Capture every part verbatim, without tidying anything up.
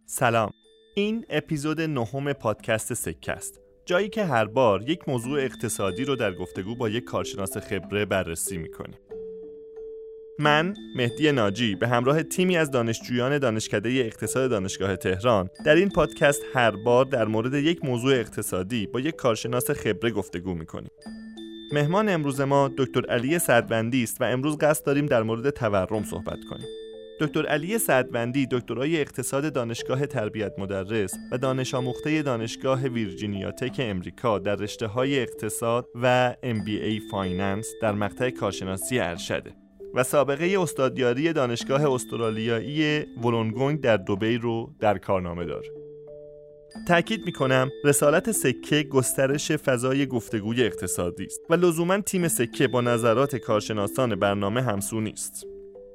سلام، این اپیزود نهم پادکست سکه است، جایی که هر بار یک موضوع اقتصادی رو در گفتگو با یک کارشناس خبره بررسی میکنیم. من مهدی ناجی به همراه تیمی از دانشجویان دانشکده اقتصاد دانشگاه تهران در این پادکست هر بار در مورد یک موضوع اقتصادی با یک کارشناس خبره گفتگو میکنیم. مهمان امروز ما دکتر علی سعدوندی است و امروز قصد داریم در مورد تورم صحبت کنیم. دکتر علی سعدوندی دکترای اقتصاد دانشگاه تربیت مدرس و دانش آموخته دانشگاه ویرجینیا تک امریکا در رشته‌های اقتصاد و ام بی ای فایننس در مقطع کارشناسی ارشده و سابقه استادیاری دانشگاه استرالیایی وولونگونگ در دبی رو در کارنامه داره. تأکید میکنم رسالت سکه گسترش فضای گفتگوی اقتصادی است و لزوما تیم سکه با نظرات کارشناسان برنامه همسو نیست.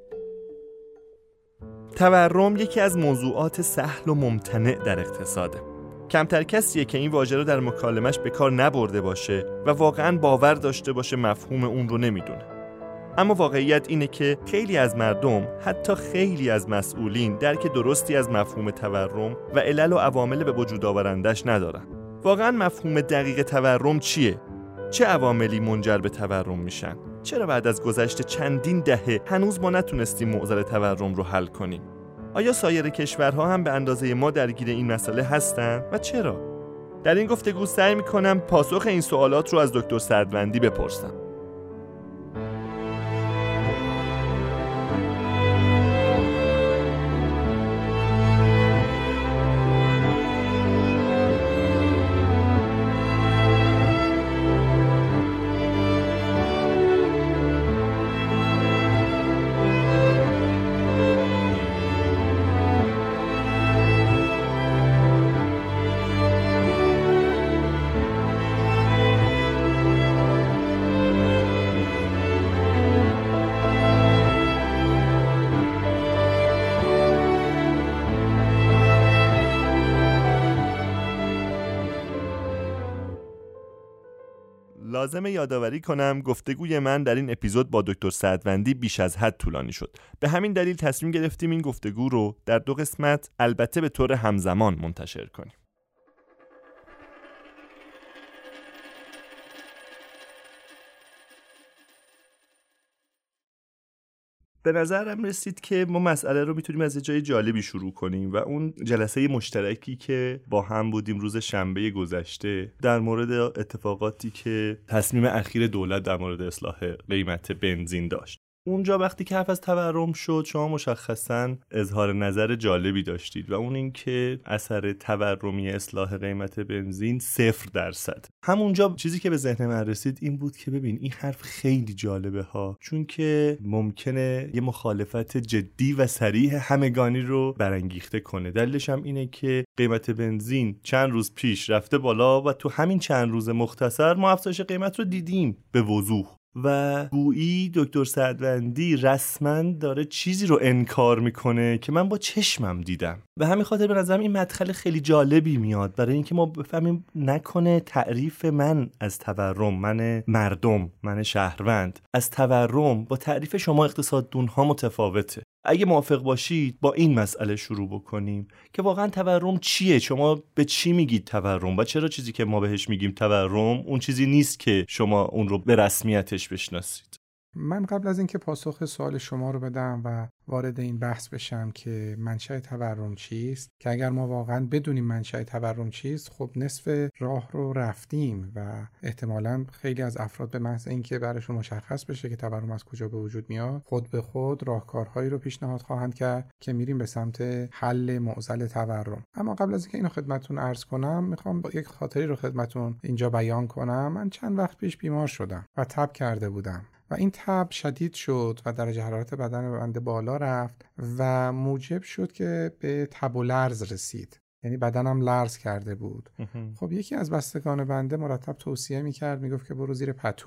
تورم یکی از موضوعات سهل و ممتنع در اقتصاده. کمتر کسیه که این واژه رو در مکالمش به کار نبرده باشه و واقعاً باور داشته باشه مفهوم اون رو نمیدونه. اما واقعیت اینه که خیلی از مردم، حتی خیلی از مسئولین درک درستی از مفهوم تورم و علل و عوامل به وجود آورندش ندارن. واقعاً مفهوم دقیق تورم چیه؟ چه عواملی منجر به تورم میشن؟ چرا بعد از گذشت چندین دهه هنوز ما نتونستیم معضل تورم رو حل کنیم؟ آیا سایر کشورها هم به اندازه ما درگیر این مسئله هستن و چرا؟ در این گفتگو سعی میکنم پاسخ این سوالات رو از دکتر سعدوندی بپرسم. لازم یادآوری کنم گفتگوی من در این اپیزود با دکتر سعدوندی بیش از حد طولانی شد. به همین دلیل تصمیم گرفتیم این گفتگو رو در دو قسمت البته به طور همزمان منتشر کنیم. به نظرم رسید که ما مسئله رو میتونیم از جای جالبی شروع کنیم و اون جلسه مشترکی که با هم بودیم روز شنبه گذشته در مورد اتفاقاتی که تصمیم اخیر دولت در مورد اصلاح قیمت بنزین داشت. اونجا وقتی که حرف از تورم شد شما مشخصاً اظهار نظر جالبی داشتید و اون این که اثر تورمی اصلاح قیمت بنزین صفر درصد. همونجا چیزی که به ذهن من رسید این بود که ببین این حرف خیلی جالبه ها، چون که ممکنه یه مخالفت جدی و صریح همگانی رو برانگیخته کنه. دلیلش هم اینه که قیمت بنزین چند روز پیش رفته بالا و تو همین چند روز مختصر ما افزایش قیمت رو دیدیم به وضوح و گویی دکتر سعدوندی رسما داره چیزی رو انکار میکنه که من با چشمم دیدم و همین خاطر به نظرم این مدخل خیلی جالبی میاد برای اینکه ما بفهمیم نکنه تعریف من از تورم، من مردم، من شهروند از تورم با تعریف شما اقتصاددون ها متفاوته. اگه موافق باشید با این مسئله شروع بکنیم که واقعا تورم چیه؟ شما به چی میگید تورم و چرا چیزی که ما بهش میگیم تورم اون چیزی نیست که شما اون رو به رسمیتش بشناسید؟ من قبل از اینکه پاسخ سوال شما رو بدم و وارد این بحث بشم که منشأ تورم چیست، که اگر ما واقعا بدونیم منشأ تورم چیست خب نصف راه رو رفتیم و احتمالاً خیلی از افراد به محض اینکه براشون مشخص بشه که تورم از کجا به وجود میاد خود به خود راهکارهایی رو پیشنهاد خواهند کرد که میریم به سمت حل معضل تورم. اما قبل از اینکه اینو خدمتتون عرض کنم میخوام یک خاطری رو خدمتتون اینجا بیان کنم. من چند وقت پیش بیمار شدم و تب کرده بودم و این تب شدید شد و درجه حرارت بدن بنده بالا رفت و موجب شد که به تب و لرز رسید. یعنی بدنم لرز کرده بود. خب یکی از بستگان بنده مرتب توصیه میکرد، میگفت که برو زیر پتو،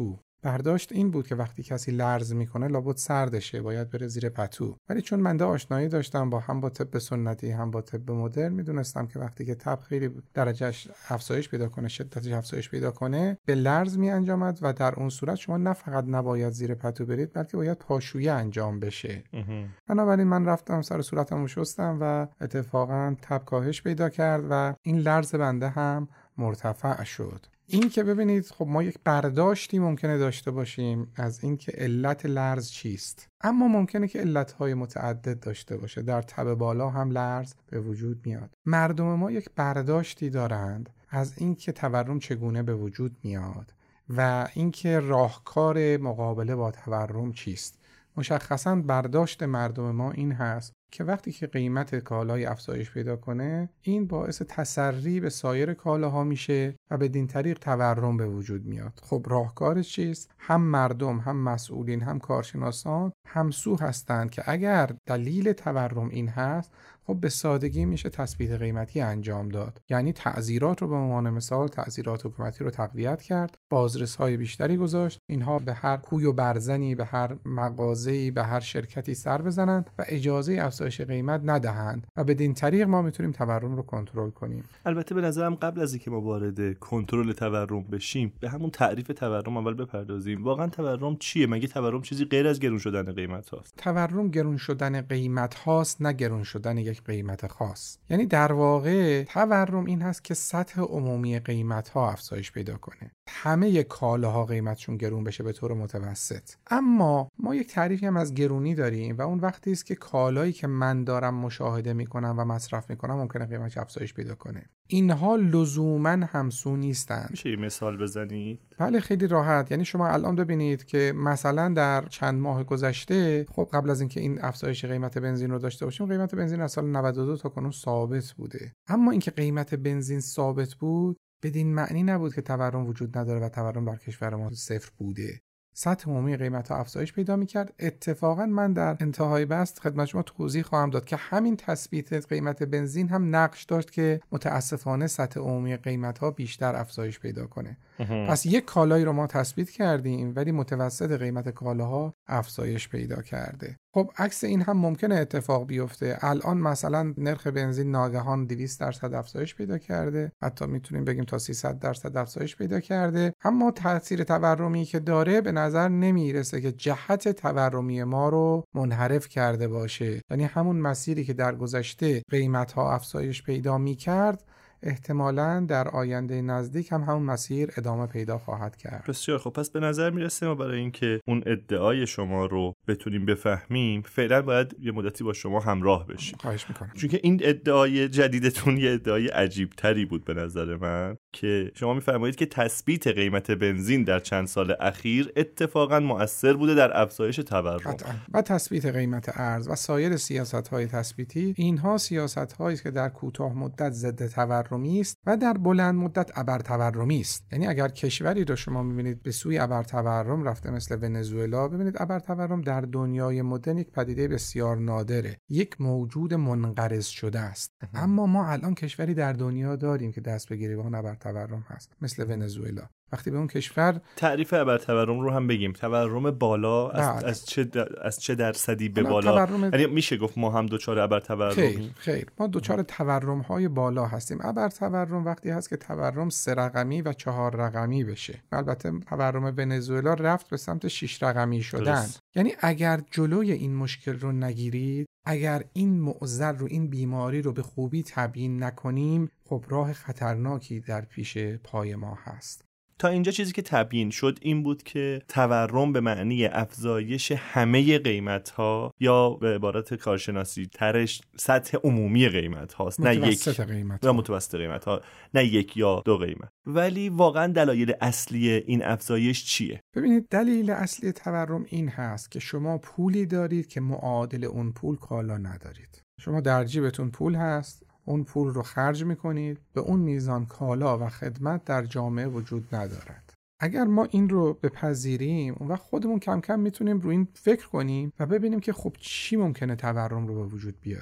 برداشت این بود که وقتی کسی لرز میکنه لابد سردشه، باید بره زیر پتو. ولی چون من ده آشنایی داشتم با هم با طب سنتی هم با طب مدرن، میدونستم که وقتی که تب خیلی درجهش افزایش پیدا کنه، شدتش افزایش پیدا کنه، به لرز می انجامد و در اون صورت شما نه فقط نباید زیر پتو برید، بلکه باید پاشویه انجام بشه. بنابراین من رفتم سر صورتمو شستم و اتفاقا تب کاهش پیدا کرد و این لرز بنده هم مرتفع شد. این که ببینید خب ما یک برداشتی ممکنه داشته باشیم از این که علت لرز چیست، اما ممکنه که علتهای متعدد داشته باشه. در تب بالا هم لرز به وجود میاد. مردم ما یک برداشتی دارند از این که تورم چگونه به وجود میاد و اینکه راهکار مقابله با تورم چیست. مشخصاً برداشت مردم ما این هست که وقتی که قیمت کالای افزایش پیدا کنه، این باعث تسری به سایر کالاها میشه و بدین طریق تورم به وجود میاد. خب راهکارش چیست؟ هم مردم، هم مسئولین، هم کارشناسان همسو هستند که اگر دلیل تورم این هست، خب به سادگی میشه تثبیت قیمتی انجام داد. یعنی تعزیرات رو به عنوان مثال تعزیرات حکومتی رو تقویت کرد، بازرس‌های بیشتری گذاشت، اینها به هر کوی و برزنی، به هر مغازه‌ای، به هر شرکتی سر بزنند و اجازه افزایش قیمت ندهند و بدین طریق ما میتونیم تورم رو کنترل کنیم. البته به نظرم قبل از اینکه ما وارد کنترل تورم بشیم، به همون تعریف تورم اول بپردازیم. واقعا تورم چیه؟ مگه تورم چیزی غیر از گرون شدن قیمت هاست؟ تورم گرون شدن قیمت هاست، نه گرون شدن یک قیمت خاص. یعنی در واقع تورم این هست که سطح عمومی قیمت ها افزایش پیدا کنه، همه کالاها قیمتشون گرون بشه به طور متوسط. اما ما یک تعریفی هم از گرونی داریم و اون وقتی است که کالایی که من دارم مشاهده میکنم و مصرف میکنم ممکنه قیمتش افزایش پیدا کنه. اینها لزوما همسو نیستن. میشه یه مثال بزنید؟ بله خیلی راحت. یعنی شما الان ببینید که مثلا در چند ماه گذشته، خب قبل از اینکه این افزایش قیمت بنزین رو داشته باشیم، قیمت بنزین از سال نود و دو تا کنون ثابت بوده. اما اینکه قیمت بنزین ثابت بود بدین معنی نبود که تورم وجود نداره و تورم در کشور ما صفر بوده. سطح عمومی قیمت‌ها افزایش پیدا می‌کرد. اتفاقا من در انتهای بحث خدمت شما توضیح خواهم داد که همین تثبیت قیمت بنزین هم نقش داشت که متاسفانه سطح عمومی قیمت‌ها بیشتر افزایش پیدا کنه. پس یک کالایی رو ما تثبیت کردیم ولی متوسط قیمت کالاها افزایش پیدا کرده. خب عکس این هم ممکنه اتفاق بیفته. الان مثلا نرخ بنزین ناگهان دویست درصد افزایش پیدا کرده، حتی میتونیم بگیم تا سیصد درصد افزایش پیدا کرده، اما تاثیر تورمی که داره به نظر نمیرسه که جهت تورمی ما رو منحرف کرده باشه. یعنی همون مسیری که در گذشته قیمت‌ها افزایش پیدا میکرد احتمالاً در آینده نزدیک هم همون مسیر ادامه پیدا خواهد کرد. بسیار خب. پس به نظر میرسه ما برای اینکه اون ادعای شما رو بتونیم بفهمیم فعلا باید یه مدتی با شما همراه بشیم. خواهش میکنم. چون که این ادعای جدیدتون یه ادعای عجیب تری بود به نظر من، که شما میفرمایید که تثبیت قیمت بنزین در چند سال اخیر اتفاقاً مؤثر بوده در افزایش تورم. و تثبیت قیمت ارز و سایر سیاست‌های تثبیتی، اینها سیاست‌هایی است که در کوتاه مدت ضد تورمی است و در بلند مدت ابر تورمی است. یعنی اگر کشوری رو شما می‌بینید به سوی ابر تورم رفته مثل ونزوئلا، ببینید ابر تورم در دنیای مدرن یک پدیده بسیار نادره، یک موجود منقرض شده است. اما ما الان کشوری در دنیا داریم که دست به گریبان ابر تورم هست مثل ونزوئلا. وقتی به اون کشور تعریف ابر تورم رو هم بگیم، تورم بالا از, از چه از چه درصدی به بالا؟ یعنی میشه گفت ما هم دوچار ابر تورم؟ خیر خیر ما دوچار تورم های بالا هستیم. ابر تورم وقتی هست که تورم سه رقمی و چهار رقمی بشه. البته تورم ونزوئلا رفت به سمت شش رقمی شدن. درست. یعنی اگر جلوی این مشکل رو نگیرید، اگر این معضل رو، این بیماری رو به خوبی تبیین نکنیم، خب راه خطرناکی در پیش پای ما هست. تا اینجا چیزی که تبیین شد این بود که تورم به معنی افزایش همه قیمت‌ها یا به عبارت کارشناسی ترش سطح عمومی قیمت‌هاست، نه یک قیمت یا متوسط قیمت‌ها، نه یک یا دو قیمت. ولی واقعا دلایل اصلی این افزایش چیه؟ ببینید دلیل اصلی تورم این هست که شما پولی دارید که معادل اون پول کالا ندارید. شما در جیبتون پول هست، اون پول رو خرج میکنید، به اون میزان کالا و خدمت در جامعه وجود ندارد. اگر ما این رو بپذیریم، اون وقت خودمون کم کم میتونیم روی این فکر کنیم و ببینیم که خب چی ممکنه تورم رو به وجود بیاره.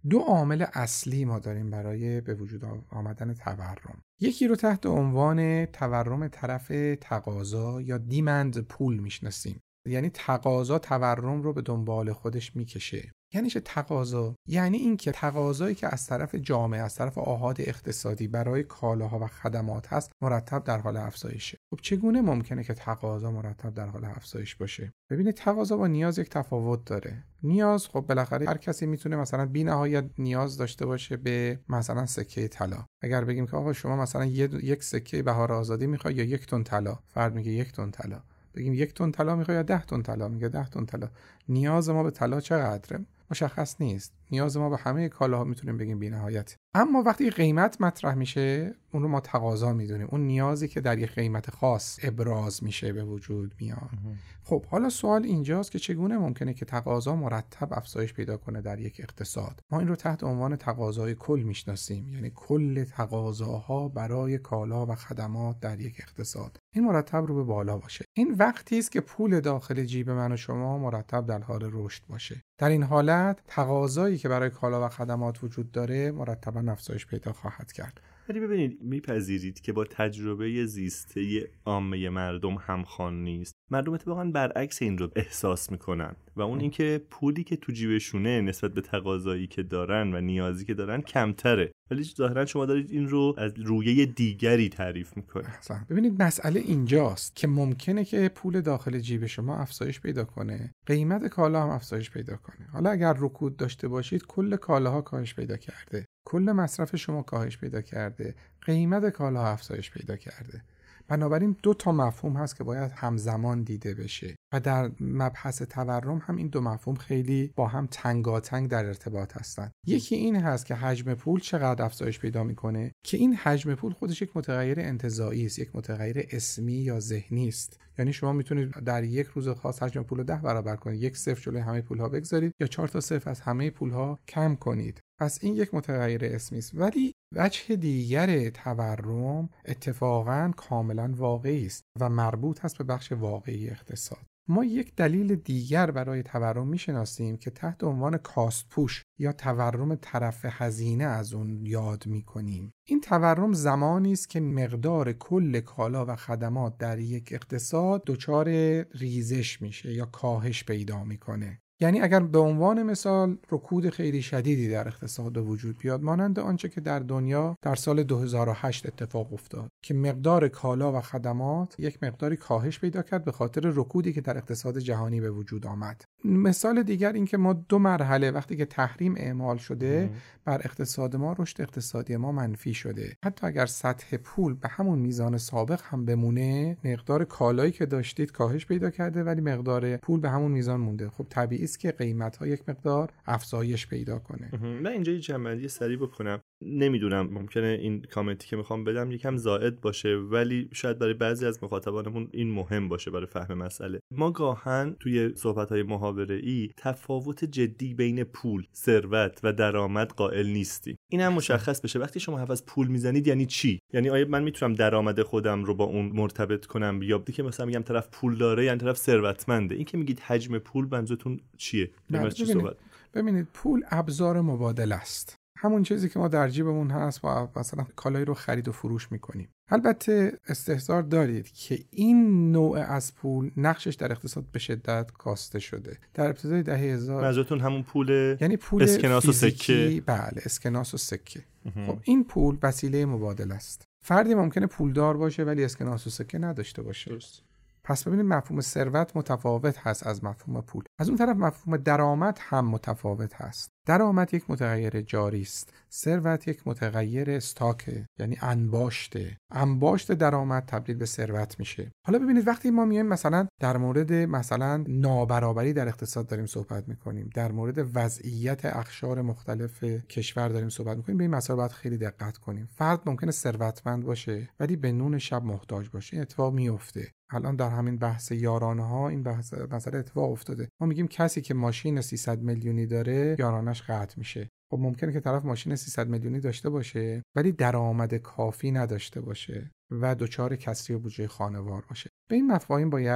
دو عامل اصلی ما داریم برای به وجود آمدن تورم. یکی رو تحت عنوان تورم طرف تقاضا یا دیمند پول میشناسیم. یعنی تقاضا تورم رو به دنبال خودش میکشه. یعنی چه تقاضا؟ یعنی این که تقاضایی که از طرف جامعه، از طرف آحاد اقتصادی برای کالاها و خدمات هست مرتب در حال افزایشه. خب چگونه ممکنه که تقاضا مرتب در حال افزایش باشه؟ ببینید تقاضا با نیاز یک تفاوت داره. نیاز خب بالاخره هر کسی میتونه مثلا بی‌نهایت نیاز داشته باشه به مثلا سکه طلا. اگر بگیم که آقا شما مثلا یک سکه بهار آزادی میخوای یا یک تن طلا، فرد میگه یک تن طلا. بگیم یک تن طلا میخوای یا ده تن طلا، میگه ده تن طلا. نیاز ما به طلا چقدره؟ مشخص نیست. نیاز ما به همه کالاها میتونیم بگیم بی‌نهایت. اما وقتی قیمت مطرح میشه اون رو ما تقاضا میدونیم. اون نیازی که در یک قیمت خاص ابراز میشه به وجود میاد. خب حالا سوال اینجاست که چگونه ممکنه که تقاضا مرتب افزایش پیدا کنه در یک اقتصاد؟ ما این رو تحت عنوان تقاضای کل میشناسیم، یعنی کل تقاضاها برای کالا و خدمات در یک اقتصاد این مرتب رو به بالا باشه. این وقتی است که پول داخل جیب من و شما مرتب در حال رشد باشه. در این حالت تقاضایی که برای کالا و خدمات وجود داره مرتباً افزایش پیدا خواهد کرد. ولی ببینید میپذیرید که با تجربه زیسته عامه مردم همخوان نیست. مردم اتفاقاً برعکس این رو احساس میکنن و اون اینکه پولی که تو جیبشونه نسبت به تقاضایی که دارن و نیازی که دارن کمتره. ولی ظاهراً شما دارید این رو از رویه دیگری تعریف میکنید. ببینید مسئله اینجاست که ممکنه که پول داخل جیب شما افزایش پیدا کنه، قیمت کالا هم افزایش پیدا کنه. حالا اگر رکود داشته باشید کل کالاها کاهش پیدا کرده، کل مصرف شما کاهش پیدا کرده، قیمت کالا افزایش پیدا کرده. بنابراین دو تا مفهوم هست که باید همزمان دیده بشه و در مبحث تورم هم این دو مفهوم خیلی با هم تنگاتنگ در ارتباط هستند. یکی این هست که حجم پول چقدر افزایش پیدا میکنه که این حجم پول خودش یک متغیر انتزاعی است، یک متغیر اسمی یا ذهنی است. یعنی شما میتونید در یک روز خاص حجم پول رو ده برابر کنید، یک صفر جلوی همه پول‌ها بگذارید یا چهار تا صفر از همه پول‌ها کم کنید. پس این یک متغیر اسمی است. ولی وجه دیگر تورم اتفاقاً کاملا واقعی است و مربوط است به بخش واقعی اقتصاد. ما یک دلیل دیگر برای تورم میشناسیم که تحت عنوان کاست پوش یا تورم طرف هزینه از اون یاد میکنیم. این تورم زمانی است که مقدار کل کالا و خدمات در یک اقتصاد دچار ریزش میشه یا کاهش پیدا میکنه. یعنی اگر به عنوان مثال رکود خیلی شدیدی در اقتصاد وجود بیاد مانند آنچه که در دنیا در سال دو هزار و هشت اتفاق افتاد که مقدار کالا و خدمات یک مقداری کاهش پیدا کرد به خاطر رکودی که در اقتصاد جهانی به وجود آمد. مثال دیگر این که ما دو مرحله وقتی که تحریم اعمال شده ام. بر اقتصاد ما رشد اقتصادی ما منفی شده. حتی اگر سطح پول به همون میزان سابق هم بمونه مقدار کالایی که داشتید کاهش پیدا کرده ولی مقدار پول به همون میزان مونده. خب طبیعی است که قیمت‌ها یک مقدار افزایش پیدا کنه. من اینجا یه جمع‌بندی سریع بکنم. نمیدونم ممکنه این کامنتی که میخوام بدم یکم زائد باشه ولی شاید برای بعضی از مخاطبانمون این مهم باشه برای فهم مسئله. ما گاهن توی صحبت‌های محاوره‌ای تفاوت جدی بین پول، ثروت و درآمد قائل نیستیم. این هم مشخص بشه وقتی شما حرف از پول میزنید یعنی چی؟ یعنی آیا من میتونم درآمد خودم رو با اون مرتبط کنم یا بگم که مثلا میگم طرف پول داره یعنی طرف ثروتمنده؟ این که میگید حجم پول منظورتون چیه؟ ببینید, ببینید پول ابزار مبادله است. همون چیزی که ما در جیبمون هست و مثلا کالایی رو خرید و فروش میکنیم. البته استحضار دارید که این نوع از پول نقشش در اقتصاد به شدت کاسته شده. در ابتدای دهه هزار منظورتون همون پول یعنی پول اسکناس و سکه؟ بله اسکناس و سکه. خب این پول وسیله مبادله است. فردی ممکنه پولدار باشه ولی اسکناس و سکه نداشته باشه. درست. پس ببینید مفهوم ثروت متفاوت هست از مفهوم پول. از اون طرف مفهوم درآمد هم متفاوت هست. درآمد یک متغیر جاری است. ثروت یک متغیر استاک یعنی انباشته. انباشت درآمد تبدیل به ثروت میشه. حالا ببینید وقتی ما میایم مثلا در مورد مثلا نابرابری در اقتصاد داریم صحبت میکنیم، در مورد وضعیت اقشار مختلف کشور داریم صحبت میکنیم، به این مسائل باید خیلی دقت کنیم. فرد ممکنه ثروتمند باشه ولی به نون شب محتاج باشه. این اتفاق میفته. الان در همین بحث یارانه ها این بحث مثلا اتفاق افتاده. ما میگیم کسی که ماشین سیصد میلیونی داره یارانش قطع میشه. خب ممکنه که طرف ماشین سیصد میلیونی داشته باشه ولی درآمد کافی نداشته باشه و دچار کسری بودجه خانوار باشه. به این مفاهیم باید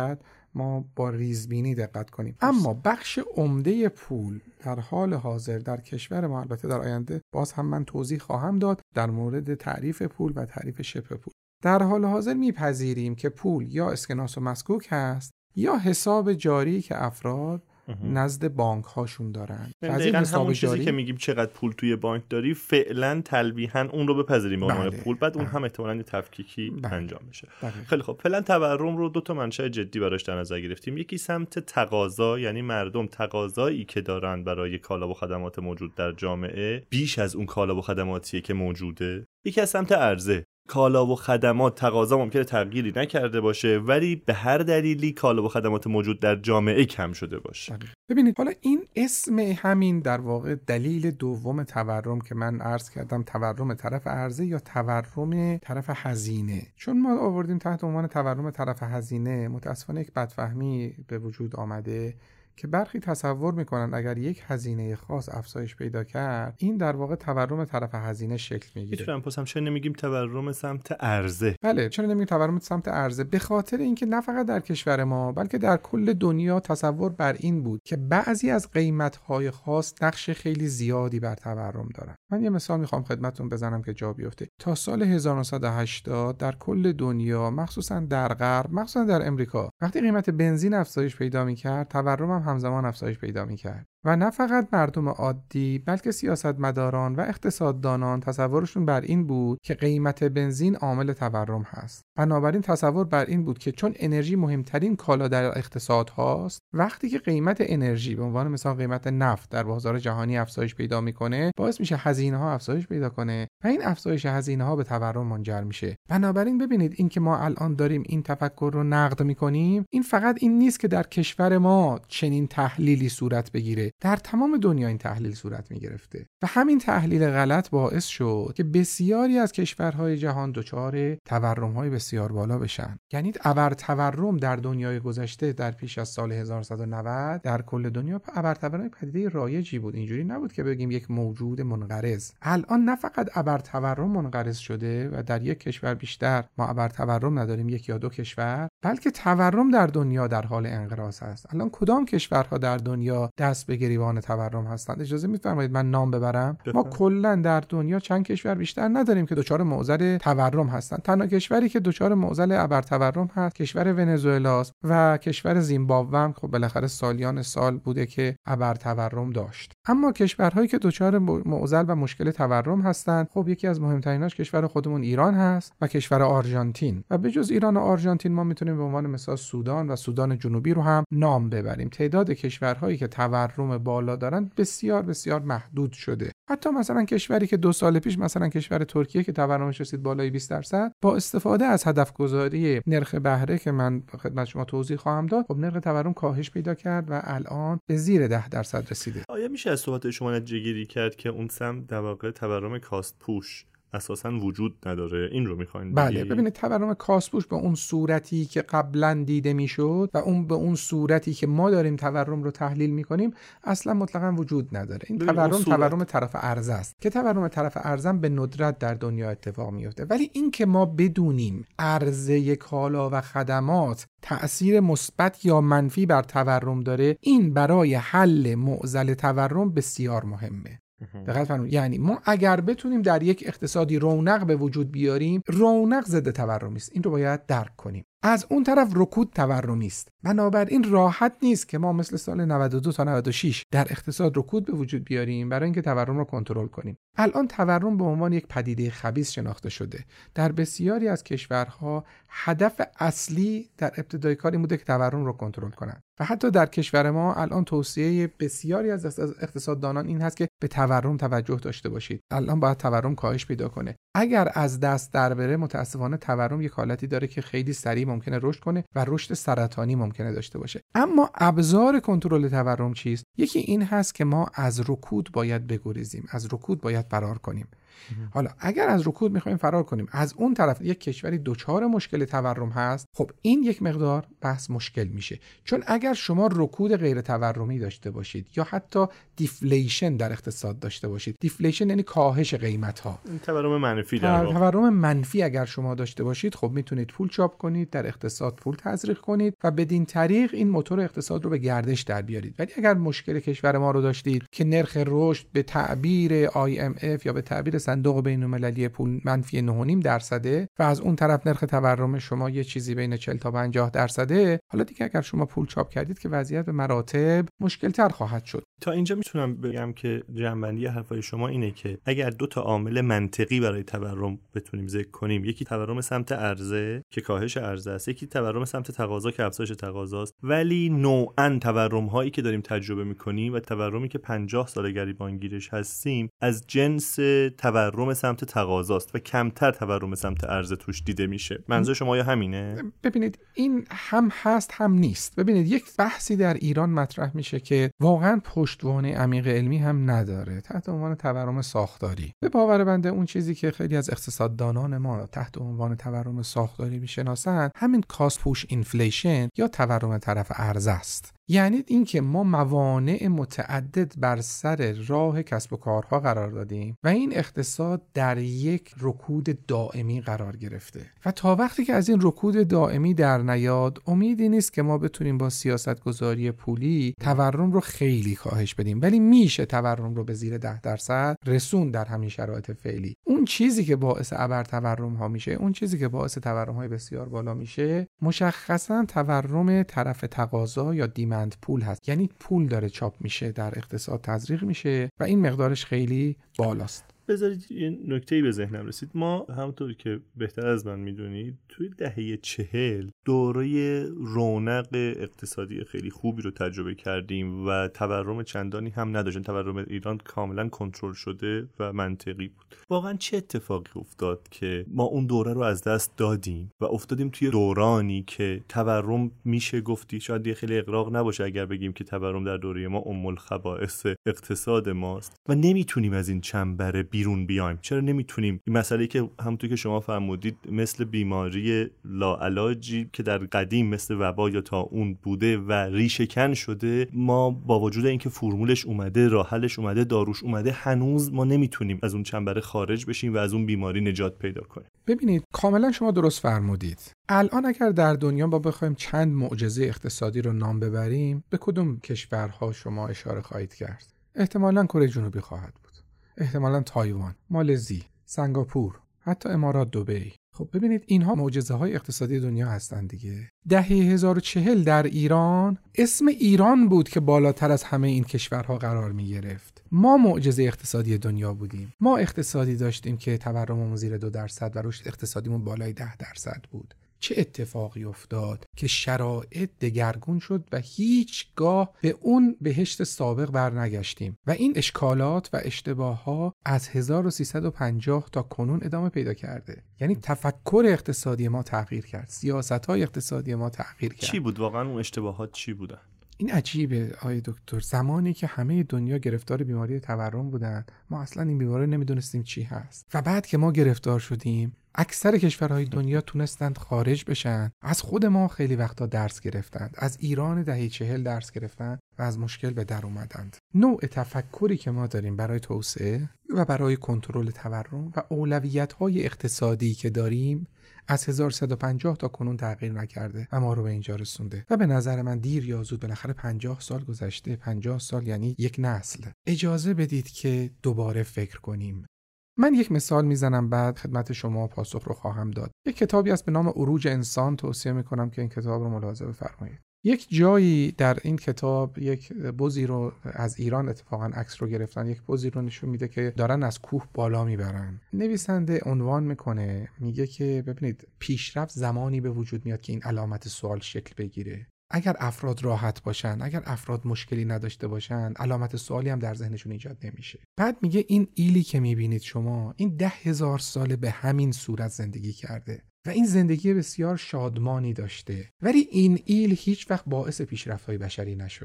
ما با ریزبینی دقت کنیم. اما بخش عمده پول در حال حاضر در کشور ما، البته در آینده باز هم من توضیح خواهم داد در مورد تعریف پول و تعریف شبه پول. در حال حاضر میپذیریم که پول یا اسکناس و مسکوک هست یا حساب جاری که افراد نزد بانک هاشون دارن. دقیقاً همون چیزی جاری... که میگیم چقدر پول توی بانک داری فعلا تلویحاً اون رو بپذیریم به عنوان پول، بعد اون هم احتمالاً یه تفکیکی بله. انجام میشه. خیلی خب، فعلا تورم رو دو تا منشأ جدی براش در نظر گرفتیم. یکی سمت تقاضا، یعنی مردم تقاضایی که دارن برای کالا و خدمات موجود در جامعه بیش از اون کالا و خدماتیه که موجوده. یکی از سمت عرضه، کالا و خدمات تقاضا ممکنه تغییری نکرده باشه ولی به هر دلیلی کالا و خدمات موجود در جامعه کم شده باشه. ببینید حالا این اسم همین در واقع دلیل دوم تورم که من عرض کردم، تورم طرف عرضه یا تورم طرف هزینه، چون ما آوردیم تحت عنوان تورم طرف هزینه، متاسفانه یک بدفهمی به وجود آمده که برخی تصور میکنن اگر یک هزینه خاص افزایش پیدا کرد این در واقع تورم طرف هزینه شکل میگیره. میتونم پسم چرا نمیگیم تورم سمت عرضه؟ بله، چرا نمیگیم تورم سمت عرضه؟ به خاطر اینکه نه فقط در کشور ما بلکه در کل دنیا تصور بر این بود که بعضی از قیمت‌های خاص نقش خیلی زیادی بر تورم دارن. من یه مثال میخوام خدمتتون بزنم که جا بیفته. تا سال هزار و نهصد و هشتاد در کل دنیا، مخصوصا در غرب، مخصوصا در امریکا، وقتی قیمت بنزین افزایش پیدا می‌کرد، تورم هم همزمان افزایش پیدا می‌کرد. و نه فقط مردم عادی بلکه سیاستمداران و اقتصاددانان تصورشون بر این بود که قیمت بنزین عامل تورم هست. بنابراین تصور بر این بود که چون انرژی مهمترین کالا در اقتصاد هاست، وقتی که قیمت انرژی به عنوان مثال قیمت نفت در بازار جهانی افزایش پیدا میکنه، باعث میشه هزینه ها افزایش پیدا کنه و این افزایش هزینه ها به تورم منجر میشه. بنابراین ببینید این که ما الان داریم این تفکر رو نقد میکنیم، این فقط این نیست که در کشور ما چنین تحلیلی صورت بگیره، در تمام دنیا این تحلیل صورت می گرفته و همین تحلیل غلط باعث شد که بسیاری از کشورهای جهان دچار تورم‌های بسیار بالا بشن. یعنی ابر تورم در دنیای گذشته در پیش از سال هزار و سیصد و نود در کل دنیا ابر تورم پدیده رایجی بود. اینجوری نبود که بگیم یک موجود منقرض. الان نه فقط ابر تورم منقرض شده و در یک کشور بیشتر ما ابر تورم نداریم، یک یا دو کشور، بلکه تورم در دنیا در حال انقراض است. الان کدام کشورها در دنیا دست به گریبان تورم هستند؟ اجازه می‌فرمایید من نام ببرم؟ ما کلا در دنیا چند کشور بیشتر نداریم که دچار معضل تورم هستند. تنها کشوری که دچار معضل ابر تورم هست کشور ونزوئلا و کشور زیمبابوه هم خب بالاخره سالیان سال بوده که ابر تورم داشت. اما کشورهایی که دچار معضل و مشکل تورم هستند، خب یکی از مهمتریناش کشور خودمون ایران هست و کشور آرژانتین. و به جز ایران و آرژانتین ما میتونیم به عنوان مثال سودان و سودان جنوبی رو هم نام ببریم. تعداد کشورهایی که تورم بالا دارن بسیار بسیار محدود شده. حتی مثلا کشوری که دو سال پیش مثلا کشور ترکیه که تورمش رسید بالای بیست درصد، با استفاده از هدف گذاری نرخ بهره که من خدمت شما توضیح خواهم داد، خب نرخ تورم کاهش پیدا کرد و الان به زیر ده درصد رسیده. آیا میشه از صحبت شما نتیجه گیری کرد که اون سم در واقع تورم کاست پوش اساساً وجود نداره؟ این رو میخواین بگید؟ بله، ببینید تورم کاسپوش به اون صورتی که قبلا دیده میشد و اون به اون صورتی که ما داریم تورم رو تحلیل میکنیم اصلا مطلقاً وجود نداره. این تورم تورم طرف عرضه است که تورم طرف عرضه به ندرت در دنیا اتفاق میفته. ولی این که ما بدونیم عرضه کالا و خدمات تأثیر مثبت یا منفی بر تورم داره، این برای حل معضل تورم بسیار مهمه. دقیقاً فرمودید. یعنی ما اگر بتونیم در یک اقتصادی رونق به وجود بیاریم، رونق ضد تورمی است. این رو باید درک کنیم. از اون طرف رکود تورمی است. بنابراین راحت نیست که ما مثل سال نود و دو تا نود و شش در اقتصاد رکود به وجود بیاریم برای اینکه تورم رو کنترل کنیم. الان تورم به عنوان یک پدیده خبیث شناخته شده. در بسیاری از کشورها هدف اصلی در ابتدای کار این بوده که تورم رو کنترل کنند. و حتی در کشور ما الان توصیه بسیاری از اقتصاددانان این هست که به تورم توجه داشته باشید. الان باید تورم کاهش پیدا کنه. اگر از دست در بره متاسفانه تورم یک حالتی داره که خیلی سریع ممکنه رشد کنه و رشد سرطانی ممکنه داشته باشه. اما ابزار کنترل تورم چیست؟ یکی این هست که ما از رکود باید بگریزیم، از رکود باید فرار کنیم. حالا اگر از رکود میخوایم فرار کنیم، از اون طرف یک کشوری دچار مشکل تورم هست، خب این یک مقدار بحث مشکل میشه. چون اگر شما رکود غیر تورمی داشته باشید یا حتی دیفلیشن در اقتصاد داشته باشید، دیفلیشن یعنی کاهش قیمت ها، تورم منفی در واقع، تورم منفی اگر شما داشته باشید، خب میتونید پول چاپ کنید، در اقتصاد پول تزریق کنید و بدین طریق این موتور اقتصاد رو به گردش در بیارید. ولی اگر مشکل کشور ما رو داشتید که نرخ رشد به تعبیر آی ام اف یا به تعبیر صندوق بین‌المللی پول منفی نه و نیم درصده و از اون طرف نرخ تورم شما یه چیزی بین چهل تا پنجاه درصده، حالا دیگه اگر شما پول چاپ کردید که وضعیت به مراتب مشکل تر خواهد شد. تا اینجا میتونم بگم که جنبندی حرفای شما اینه که اگر دو تا عامل منطقی برای تورم بتونیم ذکر کنیم، یکی تورم سمت عرضه که کاهش عرضه است، یکی تورم سمت تقاضا که افزایش تقاضاست، ولی نوعاً تورم هایی که داریم تجربه میکنیم و تورمی که پنجاه سال گریبانگیرش هستیم از جنس تورم سمت تقاضاست و کمتر تورم سمت عرضه توش دیده میشه. منظور شما یا همینه؟ ببینید این هم هست هم نیست. ببینید یک بحثی در ایران مطرح میشه که واقعاً پشتوانه عمیق علمی هم نداره، تحت عنوان تورم ساختاری. به باور بنده اون چیزی که خیلی از اقتصاددانان ما تحت عنوان تورم ساختاری میشناسن همین کاست پوش اینفلیشن یا تورم طرف عرضه است. یعنی اینکه ما موانع متعدد بر سر راه کسب و کارها قرار دادیم و این اقتصاد در یک رکود دائمی قرار گرفته و تا وقتی که از این رکود دائمی در نیاد امیدی نیست که ما بتونیم با سیاست گذاری پولی تورم رو خیلی کاهش بدیم. ولی میشه تورم رو به زیر ده درصد رسون در همین شرایط فعلی. اون چیزی که باعث ابر تورم ها میشه، اون چیزی که باعث تورم های بسیار بالا میشه، مشخصا تورم طرف تقاضا یا دیمند پول هست. یعنی پول داره چاپ میشه، در اقتصاد تزریق میشه و این مقدارش خیلی بالاست. بذارید یه نکته‌ای به ذهنم رسید. ما همونطور که بهتر از من میدونید توی دهه چهل دوره رونق اقتصادی خیلی خوبی رو تجربه کردیم و تورم چندانی هم نداشتن. تورم ایران کاملا کنترل شده و منطقی بود. واقعا چه اتفاقی افتاد که ما اون دوره رو از دست دادیم و افتادیم توی دورانی که تورم میشه گفتی شاید خیلی اغراق نباشه اگر بگیم که تورم در دوره ما ام الخبائث اقتصاد ماست و نمیتونیم از این چنبره بیرون بیایم؟ چرا نمیتونیم؟ این مسئله که همونطور که شما فرمودید مثل بیماری لاعلاجی که در قدیم مثل وبا یا طاعون بوده و ریشه‌کن شده، ما با وجود اینکه فرمولش اومده، راه حلش اومده، داروش اومده، هنوز ما نمیتونیم از اون چنبره خارج بشیم و از اون بیماری نجات پیدا کنیم. ببینید کاملا شما درست فرمودید. الان اگر در دنیا با بخوایم چند معجزه اقتصادی رو نام ببریم، به کدوم کشورها شما اشاره خواهید کرد؟ احتمالاً کره جنوبی خواهد بود، احتمالاً تایوان، مالزی، سنگاپور، حتی امارات دبی. خب ببینید اینها معجزه های اقتصادی دنیا هستند دیگه. دهه هزار و چهل در ایران اسم ایران بود که بالاتر از همه این کشورها قرار می گرفت. ما معجزه اقتصادی دنیا بودیم. ما اقتصادی داشتیم که تورممون زیر دو درصد و رشد اقتصادیمون بالای ده درصد بود. چه اتفاقی افتاد که شرایط دگرگون شد و هیچگاه به اون بهشت سابق برنگشتیم و این اشکالات و اشتباهات از هزار و سیصد و پنجاه تا کنون ادامه پیدا کرده. یعنی تفکر اقتصادی ما تغییر کرد، سیاست‌های اقتصادی ما تغییر کرد. چی بود واقعا اون اشتباهات؟ چی بودن؟ این عجیبه آقای دکتر، زمانی که همه دنیا گرفتار بیماری تورم بودن ما اصلا این بیماری نمیدونستیم چی هست و بعد که ما گرفتار شدیم اکثر کشورهای دنیا تونستند خارج بشن. از خود ما خیلی وقتا درس گرفتند، از ایران دهه چهل درس گرفتند و از مشکل به در اومدند. نوع تفکری که ما داریم برای توسعه و برای کنترل تورم و اولویت‌های اقتصادی که داریم از هزار و سیصد و پنجاه تا کنون تغییر نکرده و ما رو به اینجا رسونده و به نظر من دیر یا زود بالاخره پنجاه سال گذشته. پنجاه سال یعنی یک نسل. اجازه بدید که دوباره فکر کنیم. من یک مثال میزنم بعد خدمت شما پاسخ رو خواهم داد. یک کتابی است به نام عروج انسان، توصیه میکنم که این کتاب رو ملاحظه بفرمایید. یک جایی در این کتاب یک بزی رو از ایران اتفاقا عکس رو گرفتن، یک بزی رو نشون میده که دارن از کوه بالا میبرن. نویسنده عنوان میکنه، میگه که ببینید پیشرفت زمانی به وجود میاد که این علامت سوال شکل بگیره. اگر افراد راحت باشن، اگر افراد مشکلی نداشته باشن، علامت سوالی هم در ذهنشون ایجاد نمیشه. بعد میگه این ایلی که میبینید شما این ده هزار ساله به همین صورت زندگی کرده و این زندگی بسیار شادمانی داشته، ولی این ایل هیچ وقت باعث پیشرفت‌های بشری نشده.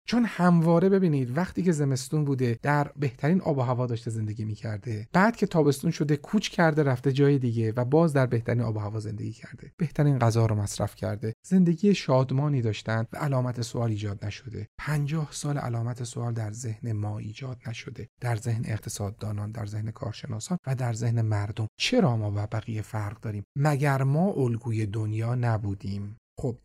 چون همواره ببینید وقتی که زمستون بوده در بهترین آب و هوا داشته زندگی می‌کرده، بعد که تابستون شده کوچ کرده رفته جای دیگه و باز در بهترین آب و هوا زندگی کرده، بهترین غذا رو مصرف کرده، زندگی شادمانی داشتن و علامت سوال ایجاد نشده. پنجاه سال علامت سوال در ذهن ما ایجاد نشده، در ذهن اقتصاددانان، در ذهن کارشناسان و در ذهن مردم. چرا ما و بقیه فرق داریم؟ مگر ما الگوی دنیا نبودیم؟ خب